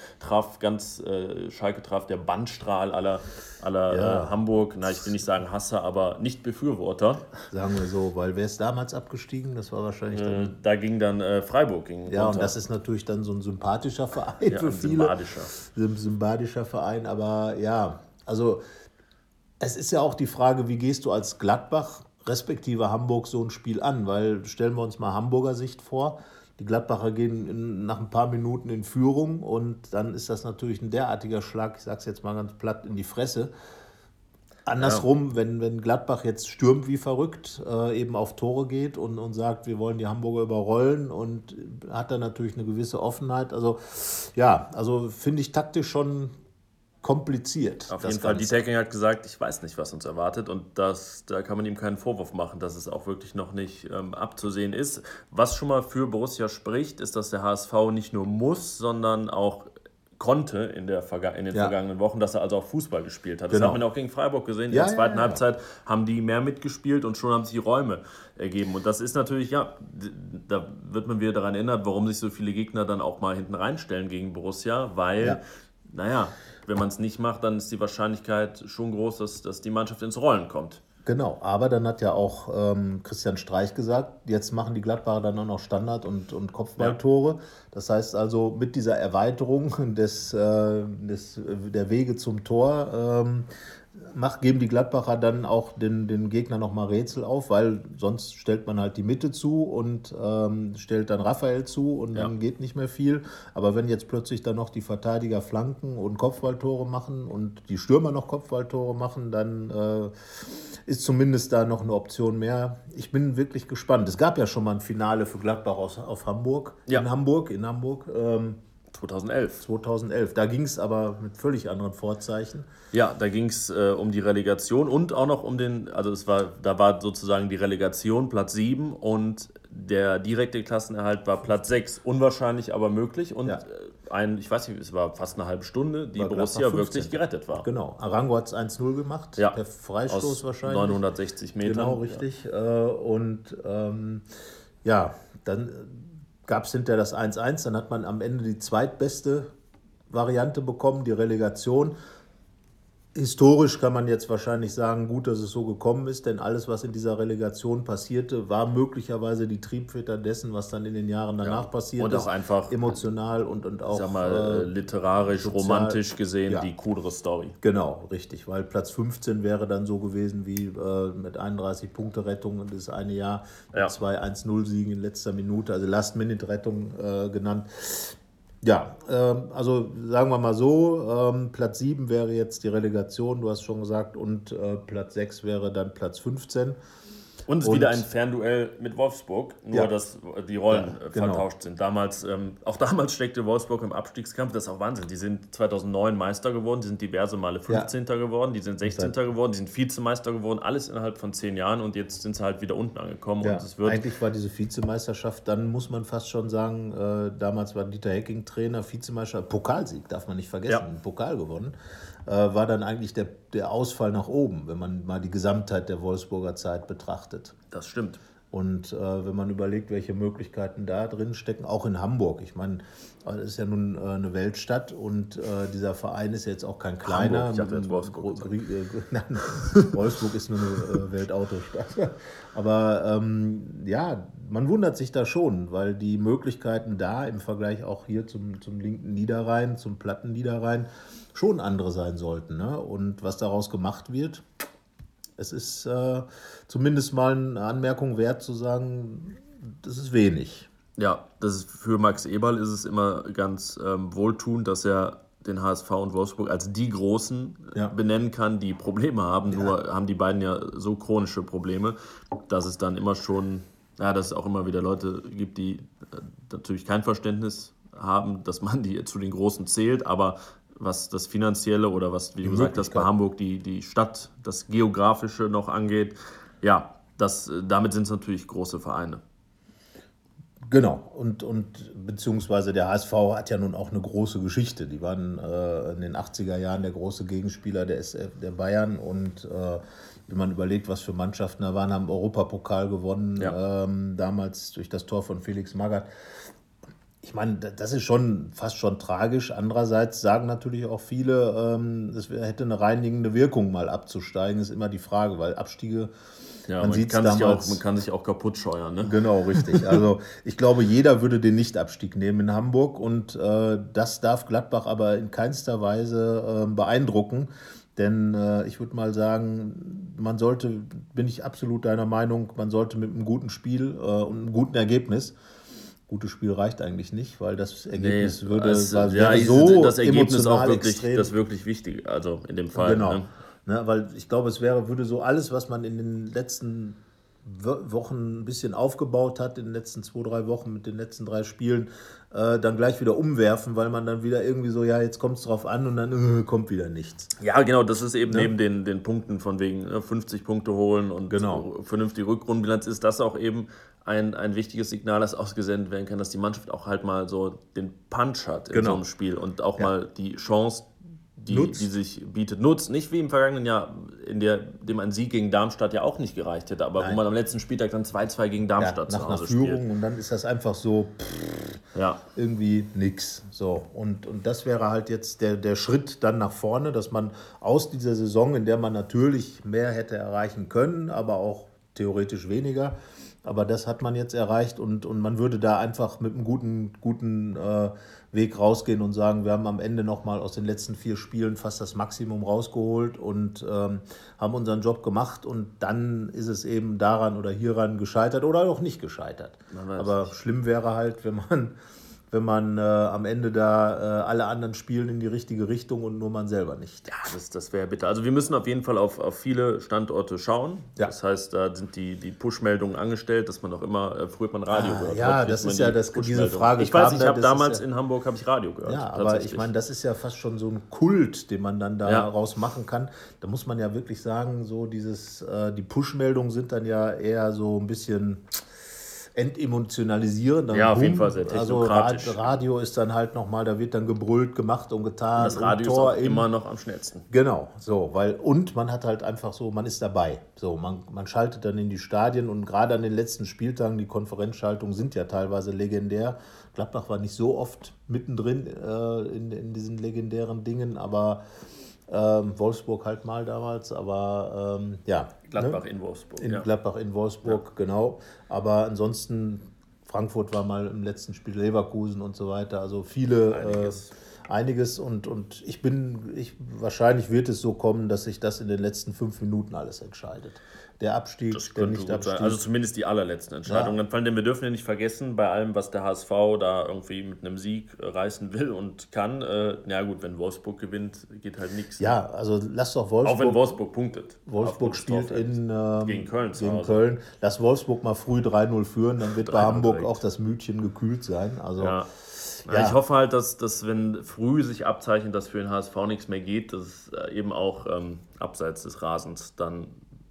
Schalke traf der Bandstrahl aller Hamburg, ich will nicht sagen Hasser, aber nicht Befürworter. Sagen wir so, weil wer ist damals abgestiegen? Das war wahrscheinlich dann... Da ging dann Freiburg. Und das ist natürlich dann so ein sympathischer Verein für viele. Sympathischer Verein, aber also es ist ja auch die Frage, wie gehst du als Gladbach respektive Hamburg so ein Spiel an, weil stellen wir uns mal Hamburger Sicht vor, die Gladbacher gehen nach ein paar Minuten in Führung und dann ist das natürlich ein derartiger Schlag, ich sage es jetzt mal ganz platt, in die Fresse. Andersrum, wenn Gladbach jetzt stürmt wie verrückt, eben auf Tore geht und sagt, wir wollen die Hamburger überrollen und hat dann natürlich eine gewisse Offenheit. Also finde ich taktisch schon kompliziert. Auf jeden Fall, Dieter Hecking hat gesagt, ich weiß nicht, was uns erwartet und da kann man ihm keinen Vorwurf machen, dass es auch wirklich noch nicht abzusehen ist. Was schon mal für Borussia spricht, ist, dass der HSV nicht nur muss, sondern auch konnte in den vergangenen Wochen, dass er also auch Fußball gespielt hat. Das hat man auch gegen Freiburg gesehen. In der zweiten Halbzeit haben die mehr mitgespielt und schon haben sich die Räume ergeben. Und das ist natürlich, da wird man wieder daran erinnert, warum sich so viele Gegner dann auch mal hinten reinstellen gegen Borussia, weil, wenn man es nicht macht, dann ist die Wahrscheinlichkeit schon groß, dass die Mannschaft ins Rollen kommt. Genau, aber dann hat ja auch Christian Streich gesagt, jetzt machen die Gladbacher dann auch noch Standard- und Kopfballtore. Ja. Das heißt also, mit dieser Erweiterung der Wege zum Tor geben die Gladbacher dann auch den Gegner nochmal Rätsel auf, weil sonst stellt man halt die Mitte zu und stellt dann Raphael zu und dann geht nicht mehr viel. Aber wenn jetzt plötzlich dann noch die Verteidiger Flanken und Kopfballtore machen und die Stürmer noch Kopfballtore machen, dann ist zumindest da noch eine Option mehr. Ich bin wirklich gespannt. Es gab ja schon mal ein Finale für Gladbach auf Hamburg. Ja. In Hamburg. 2011. Da ging es aber mit völlig anderen Vorzeichen. Ja, da ging es um die Relegation und auch noch da war sozusagen die Relegation Platz 7 und der direkte Klassenerhalt war Platz 6. Unwahrscheinlich, aber möglich. Und ich weiß nicht, es war fast eine halbe Stunde, die Borussia wirklich gerettet war. Genau, Arango hat es 1-0 gemacht, per Freistoß aus wahrscheinlich. 960 Metern. Genau, richtig. Dann gab es hinterher das 1-1, dann hat man am Ende die zweitbeste Variante bekommen, die Relegation. Historisch kann man jetzt wahrscheinlich sagen, gut, dass es so gekommen ist, denn alles, was in dieser Relegation passierte, war möglicherweise die Triebfeder dessen, was dann in den Jahren danach passiert ist. Und auch einfach emotional und auch literarisch, sozial, romantisch gesehen die coolere Story. Genau, richtig, weil Platz 15 wäre dann so gewesen wie mit 31 Punkte Rettung und das eine Jahr mit 2 1-0-Siegen in letzter Minute, also Last-Minute-Rettung genannt. Ja, also sagen wir mal so, Platz 7 wäre jetzt die Relegation, du hast schon gesagt, und Platz 6 wäre dann Platz 15. Und es ist wieder ein Fernduell mit Wolfsburg, nur dass die Rollen vertauscht sind. Auch damals steckte Wolfsburg im Abstiegskampf, das ist auch Wahnsinn. Die sind 2009 Meister geworden, die sind diverse Male 15. geworden, die sind 16. geworden, die sind Vizemeister geworden, alles innerhalb von 10 Jahren und jetzt sind sie halt wieder unten angekommen. Ja, und eigentlich war diese Vizemeisterschaft, dann muss man fast schon sagen, damals war Dieter Hecking Trainer, Vizemeister, Pokalsieg darf man nicht vergessen, Pokal gewonnen. War dann eigentlich der Ausfall nach oben, wenn man mal die Gesamtheit der Wolfsburger Zeit betrachtet. Das stimmt. Und wenn man überlegt, welche Möglichkeiten da drin stecken, auch in Hamburg. Ich meine, das ist ja nun eine Weltstadt und dieser Verein ist jetzt auch kein kleiner. Hamburg, ich dachte jetzt Wolfsburg. Wolfsburg ist nur eine Weltautostadt. Aber man wundert sich da schon, weil die Möglichkeiten da im Vergleich auch hier zum linken Niederrhein, zum platten Niederrhein, schon andere sein sollten. Ne? Und was daraus gemacht wird, es ist zumindest mal eine Anmerkung wert zu sagen, das ist wenig. Ja, für Max Eberl ist es immer ganz wohltuend, dass er den HSV und Wolfsburg als die Großen benennen kann, die Probleme haben. Nur haben die beiden ja so chronische Probleme, dass es dann immer schon, dass es auch immer wieder Leute gibt, die natürlich kein Verständnis haben, dass man die zu den Großen zählt, aber was das Finanzielle oder was, wie du gesagt hast, bei Hamburg die Stadt, das Geografische noch angeht, damit sind es natürlich große Vereine. Genau, und beziehungsweise der HSV hat ja nun auch eine große Geschichte. Die waren in den 80er Jahren der große Gegenspieler der Bayern und wenn man überlegt, was für Mannschaften da waren, haben Europapokal gewonnen, damals durch das Tor von Felix Magath. Ich meine, das ist fast schon tragisch. Andererseits sagen natürlich auch viele, es hätte eine reinigende Wirkung, mal abzusteigen, ist immer die Frage, weil Abstiege, man kann sich auch kaputt scheuern. Ne? Genau, richtig. Also ich glaube, jeder würde den Nicht-Abstieg nehmen in Hamburg und das darf Gladbach aber in keinster Weise beeindrucken. Denn ich würde mal sagen, bin ich absolut deiner Meinung, man sollte mit einem guten Spiel und einem guten Ergebnis, gutes Spiel reicht eigentlich nicht, weil das Ergebnis das Ergebnis ist auch wirklich wichtig, also in dem Fall. Genau, ne, weil ich glaube, würde so alles, was man in den letzten Wochen ein bisschen aufgebaut hat, in den letzten 2-3 Wochen mit den letzten 3 Spielen, dann gleich wieder umwerfen, weil man dann wieder irgendwie so, ja, jetzt kommt es drauf an und dann kommt wieder nichts. Ja, genau, das ist eben neben den Punkten von wegen 50 Punkte holen und vernünftige Rückrundenbilanz ist das auch eben ein wichtiges Signal, das ausgesendet werden kann, dass die Mannschaft auch halt mal so den Punch hat in so einem Spiel und auch mal die Chance, die sich bietet, nutzt. Nicht wie im vergangenen Jahr, dem ein Sieg gegen Darmstadt ja auch nicht gereicht hätte, aber wo man am letzten Spieltag dann 2-2 gegen Darmstadt zu Hause spielt. Nach einer Führung und dann ist das einfach so irgendwie nix. So. Und das wäre halt jetzt der Schritt dann nach vorne, dass man aus dieser Saison, in der man natürlich mehr hätte erreichen können, aber auch theoretisch weniger, aber das hat man jetzt erreicht und man würde da einfach mit einem guten Weg rausgehen und sagen, wir haben am Ende nochmal aus den letzten 4 Spielen fast das Maximum rausgeholt und haben unseren Job gemacht und dann ist es eben daran oder hieran gescheitert oder auch nicht gescheitert. Aber schlimm wäre halt, wenn man am Ende da alle anderen spielen in die richtige Richtung und nur man selber nicht. Ja, das wäre bitter. Also wir müssen auf jeden Fall auf viele Standorte schauen. Ja. Das heißt, da sind die Push-Meldungen angestellt, dass man auch immer, früher hat man Radio gehört. Ja, das ist ja diese Frage. Ich weiß, ich habe damals in Hamburg Radio gehört. Ja, aber ich meine, das ist ja fast schon so ein Kult, den man dann daraus machen kann. Da muss man ja wirklich sagen, so die Push-Meldungen sind dann ja eher so ein bisschen entemotionalisieren. Dann auf jeden Fall sehr technokratisch. Also Radio ist dann halt nochmal, da wird dann gebrüllt, gemacht und getan. Das Radio ist auch immer noch am schnellsten. Genau, so, und man hat halt einfach so, man ist dabei. So, man schaltet dann in die Stadien und gerade an den letzten Spieltagen, die Konferenzschaltungen sind ja teilweise legendär. Gladbach war nicht so oft mittendrin in diesen legendären Dingen, aber Wolfsburg halt mal damals, aber Gladbach in Wolfsburg. Gladbach in Wolfsburg, genau. Aber ansonsten, Frankfurt war mal im letzten Spiel, Leverkusen und so weiter. Also einiges und wahrscheinlich wird es so kommen, dass sich das in den letzten 5 Minuten alles entscheidet. Der Abstieg, der Nicht-Abstieg. Also zumindest die allerletzten Entscheidungen. Ja. Denn wir dürfen ja nicht vergessen, bei allem, was der HSV da irgendwie mit einem Sieg reißen will und kann, wenn Wolfsburg gewinnt, geht halt nichts. Ja, also lass doch Wolfsburg... Auch wenn Wolfsburg punktet. Wolfsburg spielt gegen Köln zu Hause. Köln. Lass Wolfsburg mal früh 3-0 führen, dann wird bei Hamburg direkt auch das Mütchen gekühlt sein. Also... Ja. Ja. Ich hoffe halt, dass wenn früh sich abzeichnet, dass für den HSV nichts mehr geht, dass es eben auch abseits des Rasens dann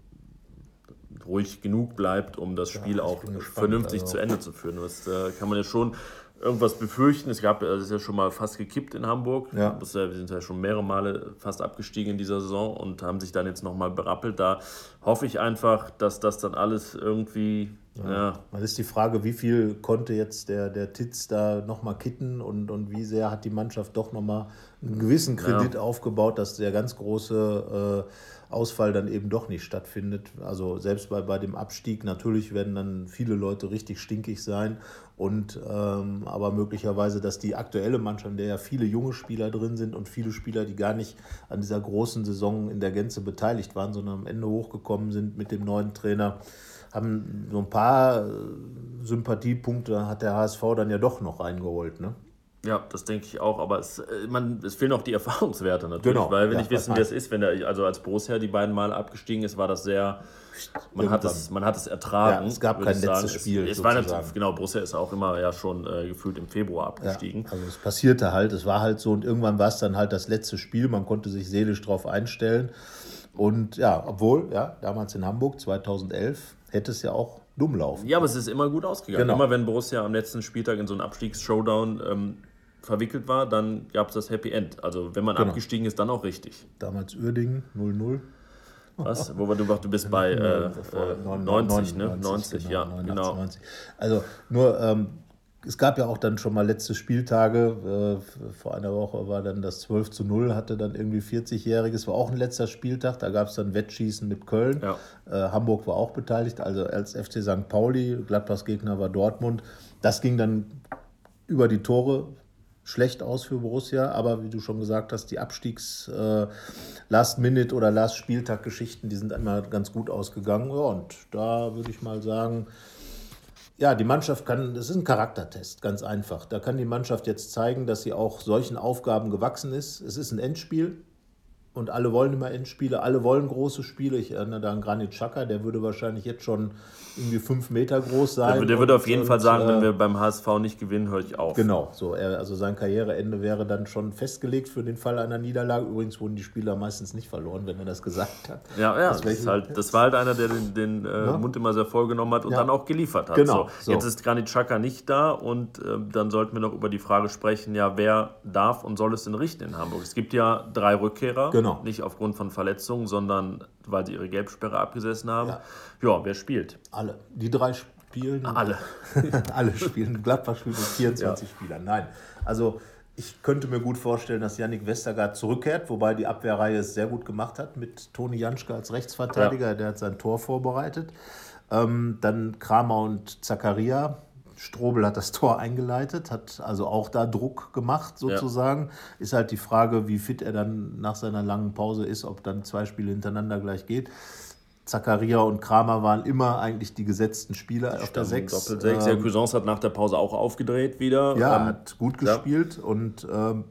ruhig genug bleibt, um das Spiel auch vernünftig zu Ende zu führen. Das kann man ja schon irgendwas befürchten. Es ist ja schon mal fast gekippt in Hamburg. Ja. Wir sind ja schon mehrere Male fast abgestiegen in dieser Saison und haben sich dann jetzt nochmal berappelt. Da hoffe ich einfach, dass das dann alles irgendwie... Ja. Das ist die Frage, wie viel konnte jetzt der Titz da nochmal kitten und wie sehr hat die Mannschaft doch nochmal einen gewissen Kredit aufgebaut, dass der ganz große Ausfall dann eben doch nicht stattfindet. Also selbst bei dem Abstieg, natürlich werden dann viele Leute richtig stinkig sein und aber möglicherweise, dass die aktuelle Mannschaft, in der ja viele junge Spieler drin sind und viele Spieler, die gar nicht an dieser großen Saison in der Gänze beteiligt waren, sondern am Ende hochgekommen sind mit dem neuen Trainer, haben so ein paar Sympathiepunkte hat der HSV dann ja doch noch reingeholt, ne? Ja, das denke ich auch, aber es fehlen auch die Erfahrungswerte natürlich, weil wir nicht wissen, wie es ist, wenn also als Borussia die beiden Mal abgestiegen ist, war das sehr, man hat es ertragen. Ja, es gab kein letztes Spiel. Es war natürlich, genau, Borussia ist auch immer schon gefühlt im Februar abgestiegen. Ja, also es passierte halt, es war halt so und irgendwann war es dann halt das letzte Spiel, man konnte sich seelisch drauf einstellen und obwohl, damals in Hamburg 2011 hätte es ja auch dumm laufen. Ja, aber es ist immer gut ausgegangen. Genau. Immer wenn Borussia am letzten Spieltag in so einen Abstiegs-Showdown verwickelt war, dann gab es das Happy End. Also wenn man abgestiegen ist, dann auch richtig. Damals Uerdingen 0-0. Was? Du bist bei 90, ne? 90, genau, 89, genau. 90. Also nur... es gab ja auch dann schon mal letzte Spieltage, vor einer Woche war dann das 12-0, hatte dann irgendwie 40-Jähriges, war auch ein letzter Spieltag, da gab es dann Wettschießen mit Köln, Hamburg war auch beteiligt, also als FC St. Pauli, Gladbachs Gegner war Dortmund, das ging dann über die Tore schlecht aus für Borussia, aber wie du schon gesagt hast, die Abstiegs-Last-Minute- oder Last-Spieltag-Geschichten, die sind einmal ganz gut ausgegangen, und da würde ich mal sagen, ja, die Mannschaft das ist ein Charaktertest, ganz einfach. Da kann die Mannschaft jetzt zeigen, dass sie auch solchen Aufgaben gewachsen ist. Es ist ein Endspiel. Und alle wollen immer Endspiele, alle wollen große Spiele. Ich erinnere da an Granit Xhaka, der würde wahrscheinlich jetzt schon irgendwie 5 Meter groß sein. Der würde auf jeden Fall sagen, wenn wir beim HSV nicht gewinnen, höre ich auf. Genau, so, also sein Karriereende wäre dann schon festgelegt für den Fall einer Niederlage. Übrigens wurden die Spieler meistens nicht verloren, wenn er das gesagt hat. Ja, das war halt einer, der den Mund immer sehr voll genommen hat und dann auch geliefert hat. Genau, so. Jetzt ist Granit Xhaka nicht da und dann sollten wir noch über die Frage sprechen, ja, wer darf und soll es denn richten in Hamburg? Es gibt ja 3 Rückkehrer. Genau. Nicht aufgrund von Verletzungen, sondern weil sie ihre Gelbsperre abgesessen haben. Ja, wer spielt? Alle. Die 3 spielen. Alle. Alle spielen. Gladbach spielt mit 24 Spielern. Nein. Also ich könnte mir gut vorstellen, dass Yannick Westergaard zurückkehrt, wobei die Abwehrreihe es sehr gut gemacht hat mit Toni Janschke als Rechtsverteidiger. Der hat sein Tor vorbereitet. Dann Kramer und Zakaria. Strobel hat das Tor eingeleitet, hat also auch da Druck gemacht sozusagen. Ja. Ist halt die Frage, wie fit er dann nach seiner langen Pause ist, ob dann 2 Spiele hintereinander gleich geht. Zakaria und Kramer waren immer eigentlich die gesetzten Spieler auf der 6. Doppel-6. Der Cuisance hat nach der Pause auch aufgedreht wieder. Ja, hat gut gespielt und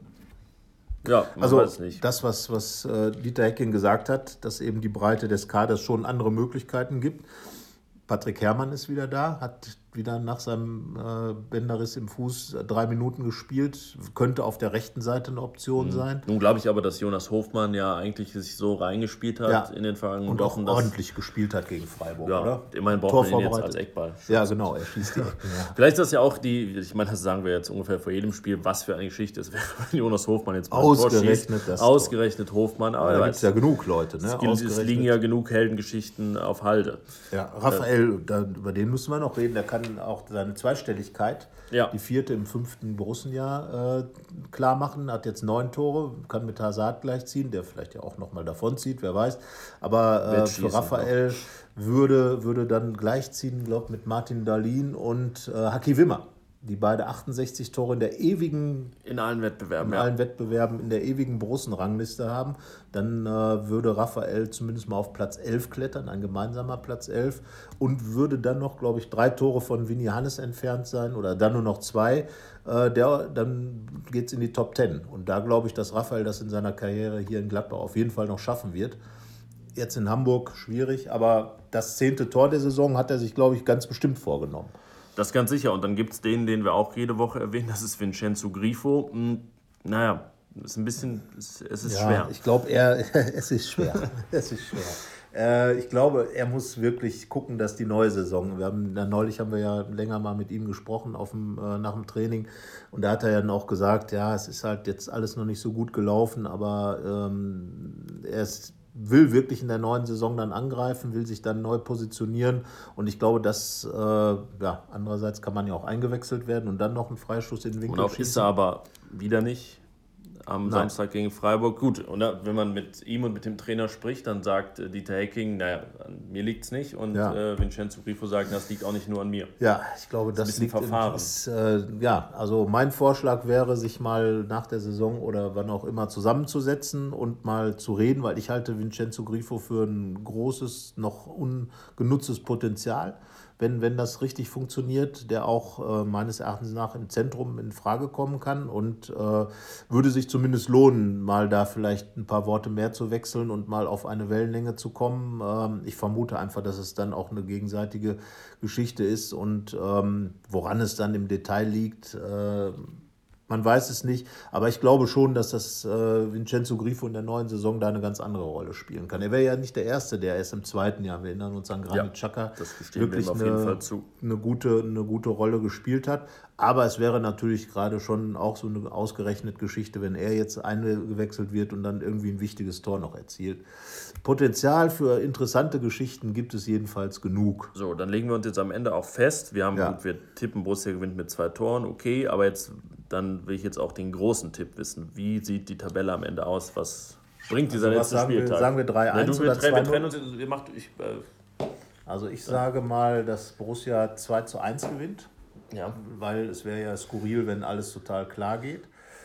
weiß nicht. Das, was Dieter Hecking gesagt hat, dass eben die Breite des Kaders schon andere Möglichkeiten gibt. Patrick Herrmann ist wieder da, hat wieder nach seinem Bänderriss im Fuß 3 Minuten gespielt, könnte auf der rechten Seite eine Option sein. Nun glaube ich aber, dass Jonas Hofmann ja eigentlich sich so reingespielt hat in den vergangenen Wochen. Und auch ordentlich gespielt hat gegen Freiburg, oder? Immerhin braucht man ihn jetzt als Eckball. Ja, genau, er schießt die Ecken. Ja. Vielleicht ist das ja auch ich meine, das sagen wir jetzt ungefähr vor jedem Spiel, was für eine Geschichte es wäre, wenn Jonas Hofmann jetzt mal Ausgerechnet Hofmann. Aber da gibt es ja genug Leute. Ne? Es liegen ja genug Heldengeschichten auf Halde. Ja, Raphael, über den müssen wir noch reden, der kann auch seine Zweistelligkeit, die 4. im 5. Borussenjahr klar machen, hat jetzt 9 Tore, kann mit Hazard gleichziehen, der vielleicht ja auch nochmal davonzieht, wer weiß. Aber für Raphael würde dann gleichziehen, glaube ich, mit Martin Dahlin und Haki Wimmer, die beide 68 Tore in der ewigen... In allen Wettbewerben, allen Wettbewerben in der ewigen Borussen-Rangliste haben. Dann würde Raphael zumindest mal auf Platz 11 klettern, ein gemeinsamer Platz 11. Und würde dann noch, glaube ich, 3 Tore von Vinny Hannes entfernt sein oder dann nur noch 2. Dann geht es in die Top 10. Und da glaube ich, dass Raphael das in seiner Karriere hier in Gladbach auf jeden Fall noch schaffen wird. Jetzt in Hamburg schwierig, aber das 10. Tor der Saison hat er sich, glaube ich, ganz bestimmt vorgenommen. Das ganz sicher. Und dann gibt es den wir auch jede Woche erwähnen, das ist Vincenzo Grifo. Naja, ist ein bisschen, es ist schwer. Ich glaube, es ist schwer. Ich glaube, er muss wirklich gucken, dass die neue Saison, neulich haben wir ja länger mal mit ihm gesprochen nach dem Training und da hat er ja dann auch gesagt, ja, es ist halt jetzt alles noch nicht so gut gelaufen, aber will wirklich in der neuen Saison dann angreifen, will sich dann neu positionieren und ich glaube, dass andererseits kann man ja auch eingewechselt werden und dann noch einen Freischuss in den Winkel schießen. Und auch ist er aber wieder nicht am Samstag gegen Freiburg. Gut, und wenn man mit ihm und mit dem Trainer spricht, dann sagt Dieter Hecking, naja, an mir liegt es nicht und Vincenzo Grifo sagt, das liegt auch nicht nur an mir. Ja, ich glaube, das liegt Verfahren. Also mein Vorschlag wäre, sich mal nach der Saison oder wann auch immer zusammenzusetzen und mal zu reden, weil ich halte Vincenzo Grifo für ein großes, noch ungenutztes Potenzial. Wenn das richtig funktioniert, der auch meines Erachtens nach im Zentrum in Frage kommen kann und würde sich zumindest lohnen, mal da vielleicht ein paar Worte mehr zu wechseln und mal auf eine Wellenlänge zu kommen. Ich vermute einfach, dass es dann auch eine gegenseitige Geschichte ist und woran es dann im Detail liegt, man weiß es nicht, aber ich glaube schon, dass das Vincenzo Grifo in der neuen Saison da eine ganz andere Rolle spielen kann. Er wäre ja nicht der Erste, der erst im 2. Jahr, wir erinnern uns an Granit Xhaka, wirklich eine gute Rolle gespielt hat. Aber es wäre natürlich gerade schon auch so eine ausgerechnet Geschichte, wenn er jetzt eingewechselt wird und dann irgendwie ein wichtiges Tor noch erzielt. Potenzial für interessante Geschichten gibt es jedenfalls genug. So, dann legen wir uns jetzt am Ende auch fest. Wir tippen, Borussia gewinnt mit 2 Toren, okay, aber dann will ich jetzt auch den großen Tipp wissen. Wie sieht die Tabelle am Ende aus? Was bringt dieser letzte Spieltag? Sagen wir 3-1 oder 2-0? Wir trennen uns, Also ich sage mal, dass Borussia 2-1 gewinnt. Ja. Weil es wäre ja skurril, wenn alles total klar geht.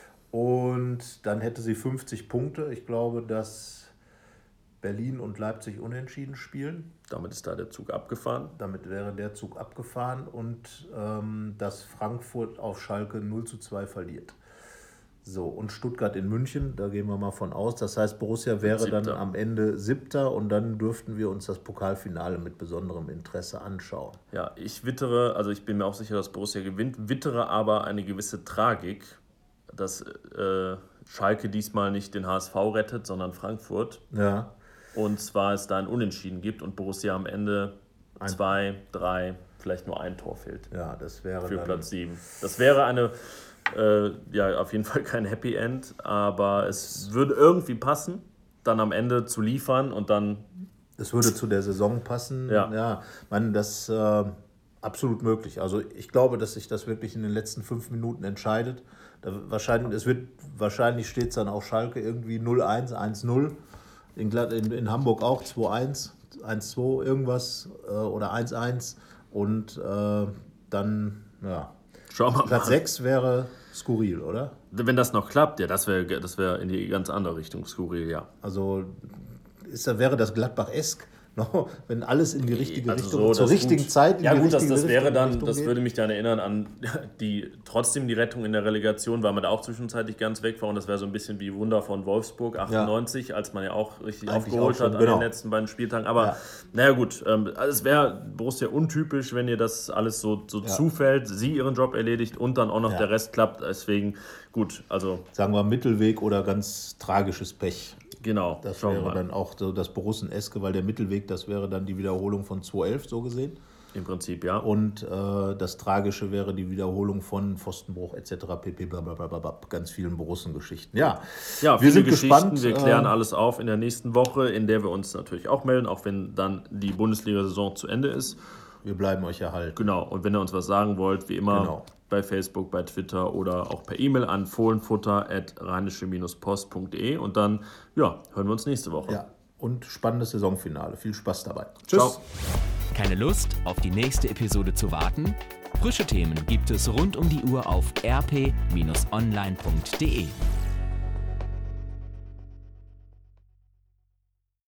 Und dann hätte sie 50 Punkte. Ich glaube, dass Berlin und Leipzig unentschieden spielen. Damit ist da der Zug abgefahren. Damit wäre der Zug abgefahren und dass Frankfurt auf Schalke 0-2 verliert. So, und Stuttgart in München, da gehen wir mal von aus. Das heißt, Borussia wäre dann am Ende 7. und dann dürften wir uns das Pokalfinale mit besonderem Interesse anschauen. Ja, ich wittere, also ich bin mir auch sicher, dass Borussia gewinnt, wittere aber eine gewisse Tragik, dass Schalke diesmal nicht den HSV rettet, sondern Frankfurt. Ja. Und zwar es da ein Unentschieden gibt und Borussia am Ende 2, 3, vielleicht nur ein Tor fehlt. Ja, das wäre für dann Platz 7. Das wäre eine auf jeden Fall kein Happy End, aber es würde irgendwie passen, dann am Ende zu liefern und dann... Es würde zu der Saison passen. Ja, das absolut möglich. Also ich glaube, dass sich das wirklich in den letzten 5 Minuten entscheidet. Wahrscheinlich steht es dann auch Schalke irgendwie 0-1, 1-0. In Hamburg auch 2-1, 1-2 irgendwas oder 1-1 und dann, ja. Platz 6 wäre skurril, oder? Wenn das noch klappt, ja, das wäre in die ganz andere Richtung skurril, ja. Also wäre das Gladbach-esk, no, wenn alles in die richtige Richtung, zur richtigen Zeit in die richtige Richtung geht. Ja gut, das wäre dann, das würde mich dann erinnern an die Rettung in der Relegation, weil man da auch zwischenzeitlich ganz weg war und das wäre so ein bisschen wie Wunder von Wolfsburg 98, als man ja auch richtig aufgeholt hat an den letzten beiden Spieltagen. Aber naja gut, es wäre Borussia untypisch, wenn ihr das alles so zufällt, sie ihren Job erledigt und dann auch noch der Rest klappt. Deswegen gut, also... Sagen wir Mittelweg oder ganz tragisches Pech. Genau. Das wäre dann auch so das Borussen-eske, weil der Mittelweg, das wäre dann die Wiederholung von 2011, so gesehen. Im Prinzip, ja. Und das Tragische wäre die Wiederholung von Pfostenbruch etc. pp. Blablabla, ganz vielen Borussen-Geschichten. Ja, wir sind gespannt. Wir klären alles auf in der nächsten Woche, in der wir uns natürlich auch melden, auch wenn dann die Bundesliga-Saison zu Ende ist. Wir bleiben euch erhalten. Genau, und wenn ihr uns was sagen wollt, wie immer bei Facebook, bei Twitter oder auch per E-Mail an fohlenfutter@rheinische-post.de und dann hören wir uns nächste Woche. Ja, und spannendes Saisonfinale. Viel Spaß dabei. Tschüss. Ciao. Keine Lust, auf die nächste Episode zu warten? Frische Themen gibt es rund um die Uhr auf rp-online.de.